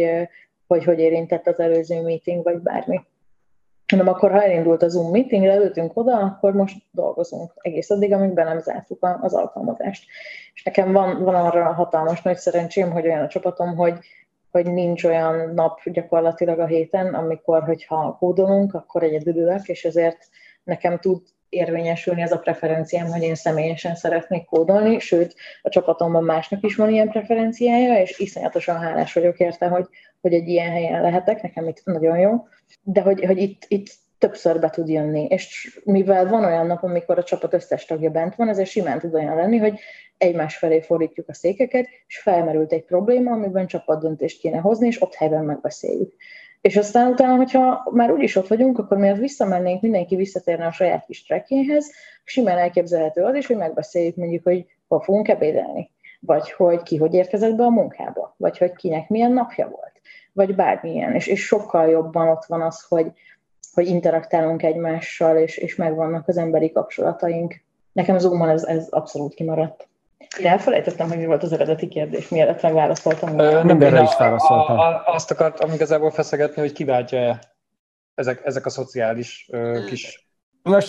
hogy érintett az előző meeting, vagy bármi. Hanem akkor, ha elindult a Zoom meeting, leültünk oda, akkor most dolgozunk egész addig, amíg be nem zártuk az alkalmazást. És nekem van arra hatalmas nagy szerencsém, hogy olyan a csapatom, hogy nincs olyan nap gyakorlatilag a héten, amikor, hogyha kódolunk, akkor egyedül ülök, és ezért nekem tud érvényesülni ez a preferenciám, hogy én személyesen szeretnék kódolni, sőt, a csapatomban másnak is van ilyen preferenciája, és iszonyatosan hálás vagyok érte, hogy egy ilyen helyen lehetek, nekem itt nagyon jó, de hogy itt többször be tud jönni, és mivel van olyan nap, amikor a csapat összes tagja bent van, ezért simán tud olyan lenni, hogy egymás felé fordítjuk a székeket, és felmerült egy probléma, amiben csapatdöntést kéne hozni, és ott helyben megbeszéljük. És aztán utána, hogyha már úgyis ott vagyunk, akkor miért visszamennénk, mindenki visszatérne a saját kis trackjéhez, simán elképzelhető az is, hogy megbeszéljük mondjuk, hogy hol fogunk ebédelni, vagy hogy ki hogy érkezett be a munkába, vagy hogy kinek milyen napja volt, vagy bármilyen. És sokkal jobban ott van az, hogy interaktálunk egymással, és megvannak az emberi kapcsolataink. Nekem Zoomon ez abszolút kimaradt. Én elfelejtettem, hogy mi volt az eredeti kérdés, mielőtt megválaszoltam. Mindenre is válaszoltam. Azt akartam igazából feszegetni, hogy kiváltja ezek a szociális kis... Most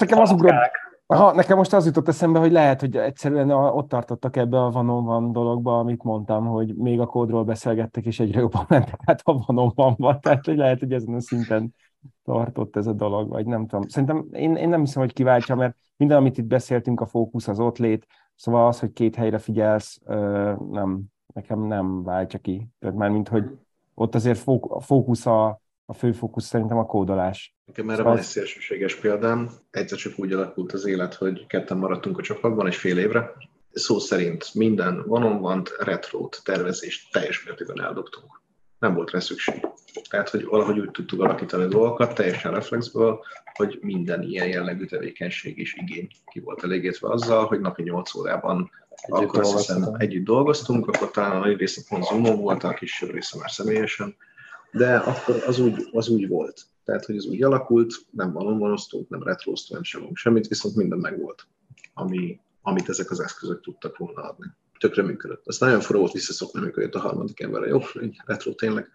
nekem most az jutott eszembe, hogy lehet, hogy egyszerűen ott tartottak ebbe a van-on-van dologba, amit mondtam, hogy még a kódról beszélgettek, és egyre jobban mentek át a van-on-vanba. Tehát hogy lehet, hogy ezen a szinten tartott ez a dolog, vagy nem tudom. Szerintem én nem hiszem, hogy kiváltja, mert minden, amit itt beszéltünk, a fókusz, az ott lét, szóval az, hogy 2 helyre figyelsz, nem nekem nem váltja ki. Tehát már mint, hogy ott azért a fő fókusz szerintem a kódolás. Nekem erre van egy szélsőséges példám. Egyszer csak úgy alakult az élet, hogy ketten maradtunk a csapatban egy fél évre. Szó szerint minden one-on-one-t, retrót, tervezést teljes mértékben eldobtunk. Nem volt rá szükség. Tehát, hogy valahogy úgy tudtuk alakítani a dolgokat, teljesen reflexből, hogy minden ilyen jellegű tevékenység és igény ki volt elégítve azzal, hogy napi 8 órában akkor azt hiszem együtt dolgoztunk, akkor talán a nagy része pont Zoom-on volt, a kisebb része már személyesen, de akkor az úgy volt. Tehát, hogy ez úgy alakult, nem one-on-one-oztunk, nem retróztunk, nem csinálunk semmit, viszont minden megvolt, amit ezek az eszközök tudtak volna adni. Tökre működött. Azt nagyon forró volt visszaszokni, amikor jött a harmadik emberre. Jó, egy retro tényleg.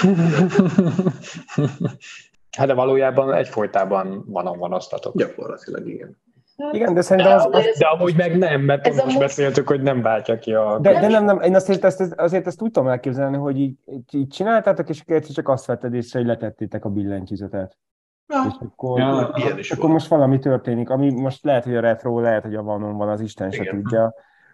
Hát de valójában egyfolytában van-osztatok. Gyakorlatilag igen. Igen, de szerintem de amúgy meg nem, mert pont most beszéltük, hogy nem váltja ki a... De nem, én azért ezt úgy tudom elképzelni, hogy így csináltátok, és egyszer csak azt vetted észre, hogy letettétek a billentyűzetet. Ja. És akkor most valami történik, ami most lehet, hogy a retro, lehet, hogy a van, az Isten se tudja.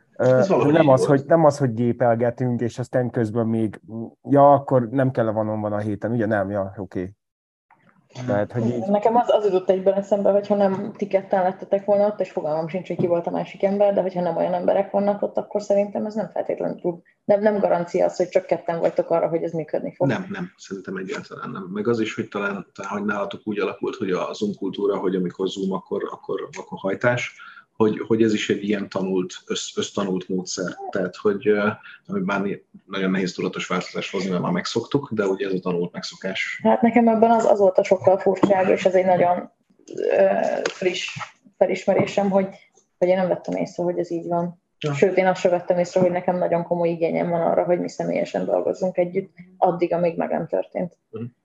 Nem az, hogy gépelgetünk, és aztán közben még, akkor nem kell a van a héten, ugye nem? Ja, oké. Tehát, hogy így... Nekem az jutott egyben eszembe, hogyha nem ti ketten lettetek volna ott, és fogalmam sincs, hogy ki volt a másik ember, de hogyha nem olyan emberek vannak ott, akkor szerintem ez nem feltétlenül tud. Nem garancia az, hogy csak ketten vagytok arra, hogy ez működni fog. Nem, szerintem egyáltalán nem. Meg az is, hogy talán hogy nálatok úgy alakult, hogy a Zoom kultúra, hogy amikor Zoom, akkor hajtás, hogy ez is egy ilyen össztanult módszer. Tehát, hogy ami bár nagyon nehéz tudatos változást hozni, mert már megszoktuk, de ugye ez a tanult megszokás. Hát nekem ebben az volt a sokkal furcsább, és ez egy nagyon friss felismerésem, hogy én nem vettem észre, hogy ez így van. Ja. Sőt, én azt sem vettem észre, hogy nekem nagyon komoly igényem van arra, hogy mi személyesen dolgozzunk együtt, addig, amíg meg nem történt.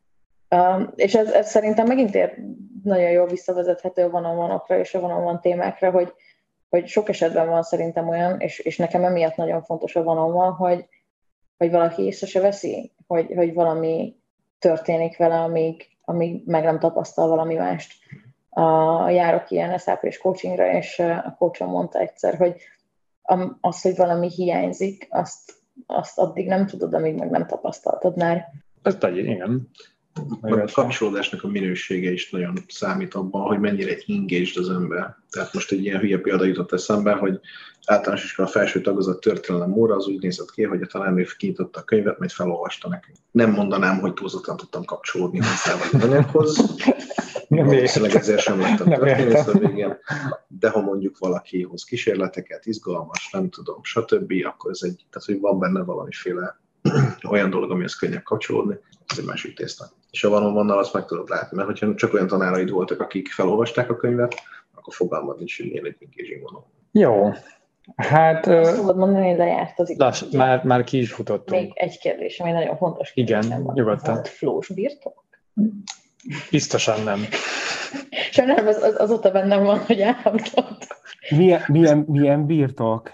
És ez szerintem megint nagyon jól visszavezethető a one-on-one-okra és a one-on-one témákra, hogy sok esetben van szerintem olyan, és nekem emiatt nagyon fontos a one-on-one, hogy valaki észre se veszi, hogy valami történik vele, amíg meg nem tapasztal valami mást. Járok ilyen SAP és coachingra, és a coachom mondta egyszer, hogy az, hogy valami hiányzik, azt addig nem tudod, amíg meg nem tapasztaltad már. Ez igen. A kapcsolódásnak a minősége is nagyon számít abban, hogy mennyire engaged az ember. Tehát most egy ilyen hülye példa jutott eszembe, hogy általános iskola felső tagozat történelem óra az úgy nézett ki, hogy a tanárnő kinyitotta a könyvet, majd felolvasta nekünk. Nem mondanám, hogy túlzottan tudtam kapcsolódni hozzá vagy anyaghoz. Valószínűleg ezért sem lettem történész a végén. De ha mondjuk valakihoz kísérleteket, izgalmas, nem tudom, stb., akkor tehát, hogy van benne valamiféle olyan dolog, amihez könnyebb kapcsolódni, ez egy másik tészta. És a one-on-one-nal azt meg tudod látni, mert hogyha csak olyan tanáraid voltak, akik felolvasták a könyvet, akkor fogalmad nincs, hogy milyen egy engaging van. Jó. Hát... Azt tudod mondani, hogy lejárt az idő. Már ki is futottunk. Még egy kérdés, ami nagyon fontos kérdés. Igen, nyugodtan. Volt flós birtok? Biztosan nem. Sajnálom, azóta bennem van, hogy elhangzott. Milyen birtok?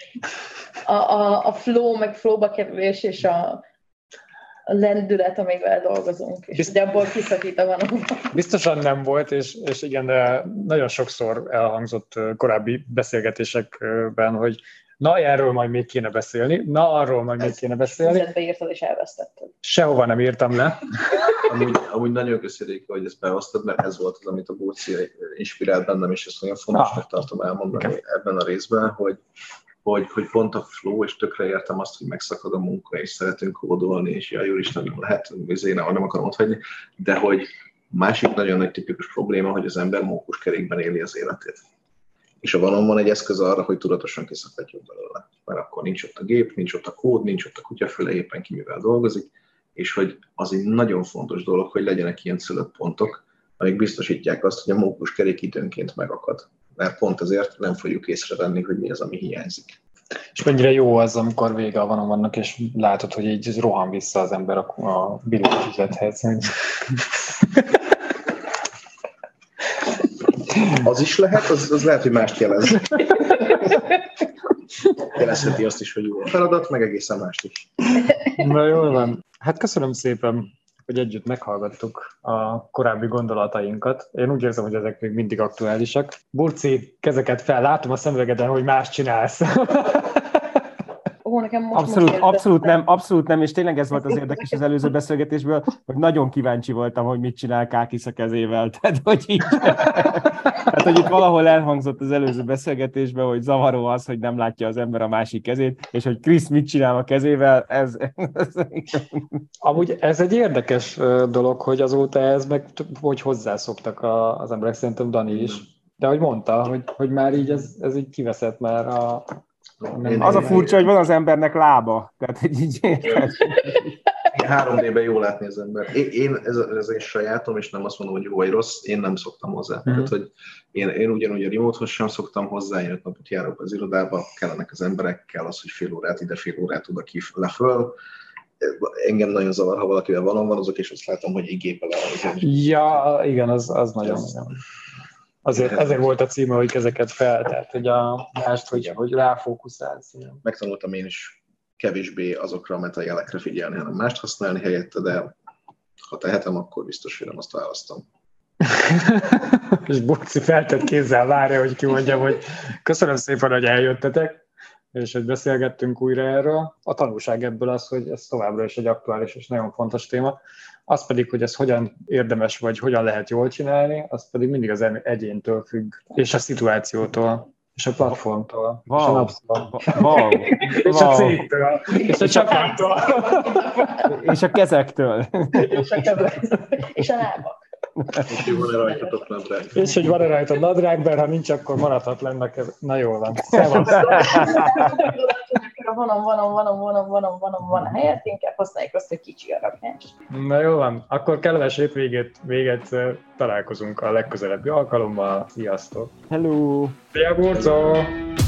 A flow, meg flowba kerülés, és a lendület, amivel dolgozunk, és ugye abból kiszakít a van. Biztosan nem volt, és igen, de nagyon sokszor elhangzott korábbi beszélgetésekben, hogy na, erről majd még kéne beszélni, na, arról majd még kéne beszélni. Füzetbe írtad, és elvesztetted. Sehova nem írtam le. Amúgy nagyon köszönjük, hogy ezt beosztod, mert ez volt az, amit a Burci inspirált bennem, és ezt nagyon fontosnak tartom elmondani ebben a részben, hogy pont a flow, és tökre értem azt, hogy megszakad a munka, és szeretünk kódolni, és jaj, úristen, nem lehet, én nem akarom otthagyni, de hogy másik nagyon nagy tipikus probléma, hogy az ember mókuskerékben éli az életét. És a van egy eszköz arra, hogy tudatosan kiszakadjunk belőle. Mert akkor nincs ott a gép, nincs ott a kód, nincs ott a kutyafüle, éppen ki mivel dolgozik, és hogy az egy nagyon fontos dolog, hogy legyenek ilyen szülőpontok, amik biztosítják azt, hogy a mókuskerék időnként megakad. Mert pont ezért nem fogjuk észrevenni, hogy mi az, ami hiányzik. És mennyire jó az, amikor vége van vannak, és látod, hogy így rohan vissza az ember a billentyűzethez. Az is lehet, az lehet, hogy mást jelez. Jelezheti azt is, hogy jó a feladat, meg egészen mást is. Na jól van. Hát köszönöm szépen, hogy együtt meghallgattuk a korábbi gondolatainkat. Én úgy érzem, hogy ezek még mindig aktuálisak. Burci, kezeket fel, látom a szemüvegeden, hogy más csinálsz. nekem Abszolút nem, és tényleg ez volt az érdekes az előző beszélgetésből, hogy nagyon kíváncsi voltam, hogy mit csinál Kákis a kezével. Tehát, hogy itt valahol elhangzott az előző beszélgetésben, hogy zavaró az, hogy nem látja az ember a másik kezét, és hogy Krisz mit csinál a kezével, ez... Amúgy ez egy érdekes dolog, hogy azóta ez meg, hogy hozzászoktak az emberek, szerintem Dani is. De ahogy mondta, hogy már így ez így kiveszett már a... Az a furcsa, hogy van az embernek lába. Tehát, hogy így 3D-ben jól látni az ember. Ez egy sajátom, és nem azt mondom, hogy jó vagy rossz, én nem szoktam hozzá. Tehát, hogy én ugyanúgy a remote-hoz sem szoktam hozzá, én 5 napot járok az irodába, kellenek az emberek, kell az, hogy fél órát ide, fél órát oda, leföl. Engem nagyon zavar, ha valakivel van azok, és azt látom, hogy egy géppel el. Ja, igen, az nagyon. Ezért volt a címe, hogy kezeket fel, tehát hogy a mást, hogy ráfókuszálsz. Megtanultam én is kevésbé azokra a metajelekre figyelni, hanem mást használni helyette, de ha tehetem, akkor biztos, hogy nem azt választom. És Burci feltett kézzel várja, hogy kimondjam, hogy köszönöm szépen, hogy eljöttetek, és hogy beszélgettünk újra erről. A tanulság ebből az, hogy ez továbbra is egy aktuális és nagyon fontos téma. Az pedig, hogy ez hogyan érdemes, vagy hogyan lehet jól csinálni, az pedig mindig az egyéntől függ, és a szituációtól, és a platformtól, és a napszól, és a cégtől, és a csapától, és a kezektől, és a lábak. És hogy van-e rajtatok nadrág? És hogy van-e rajtad nadrág, mert ha nincs, akkor maradhat lenne. Na jól van. Van a helyet, inkább használjuk azt, hogy kicsi a rakás. Na jól van, akkor kellemes hétvégét találkozunk a legközelebbi alkalommal. Sziasztok! Hello! Szia, Burco!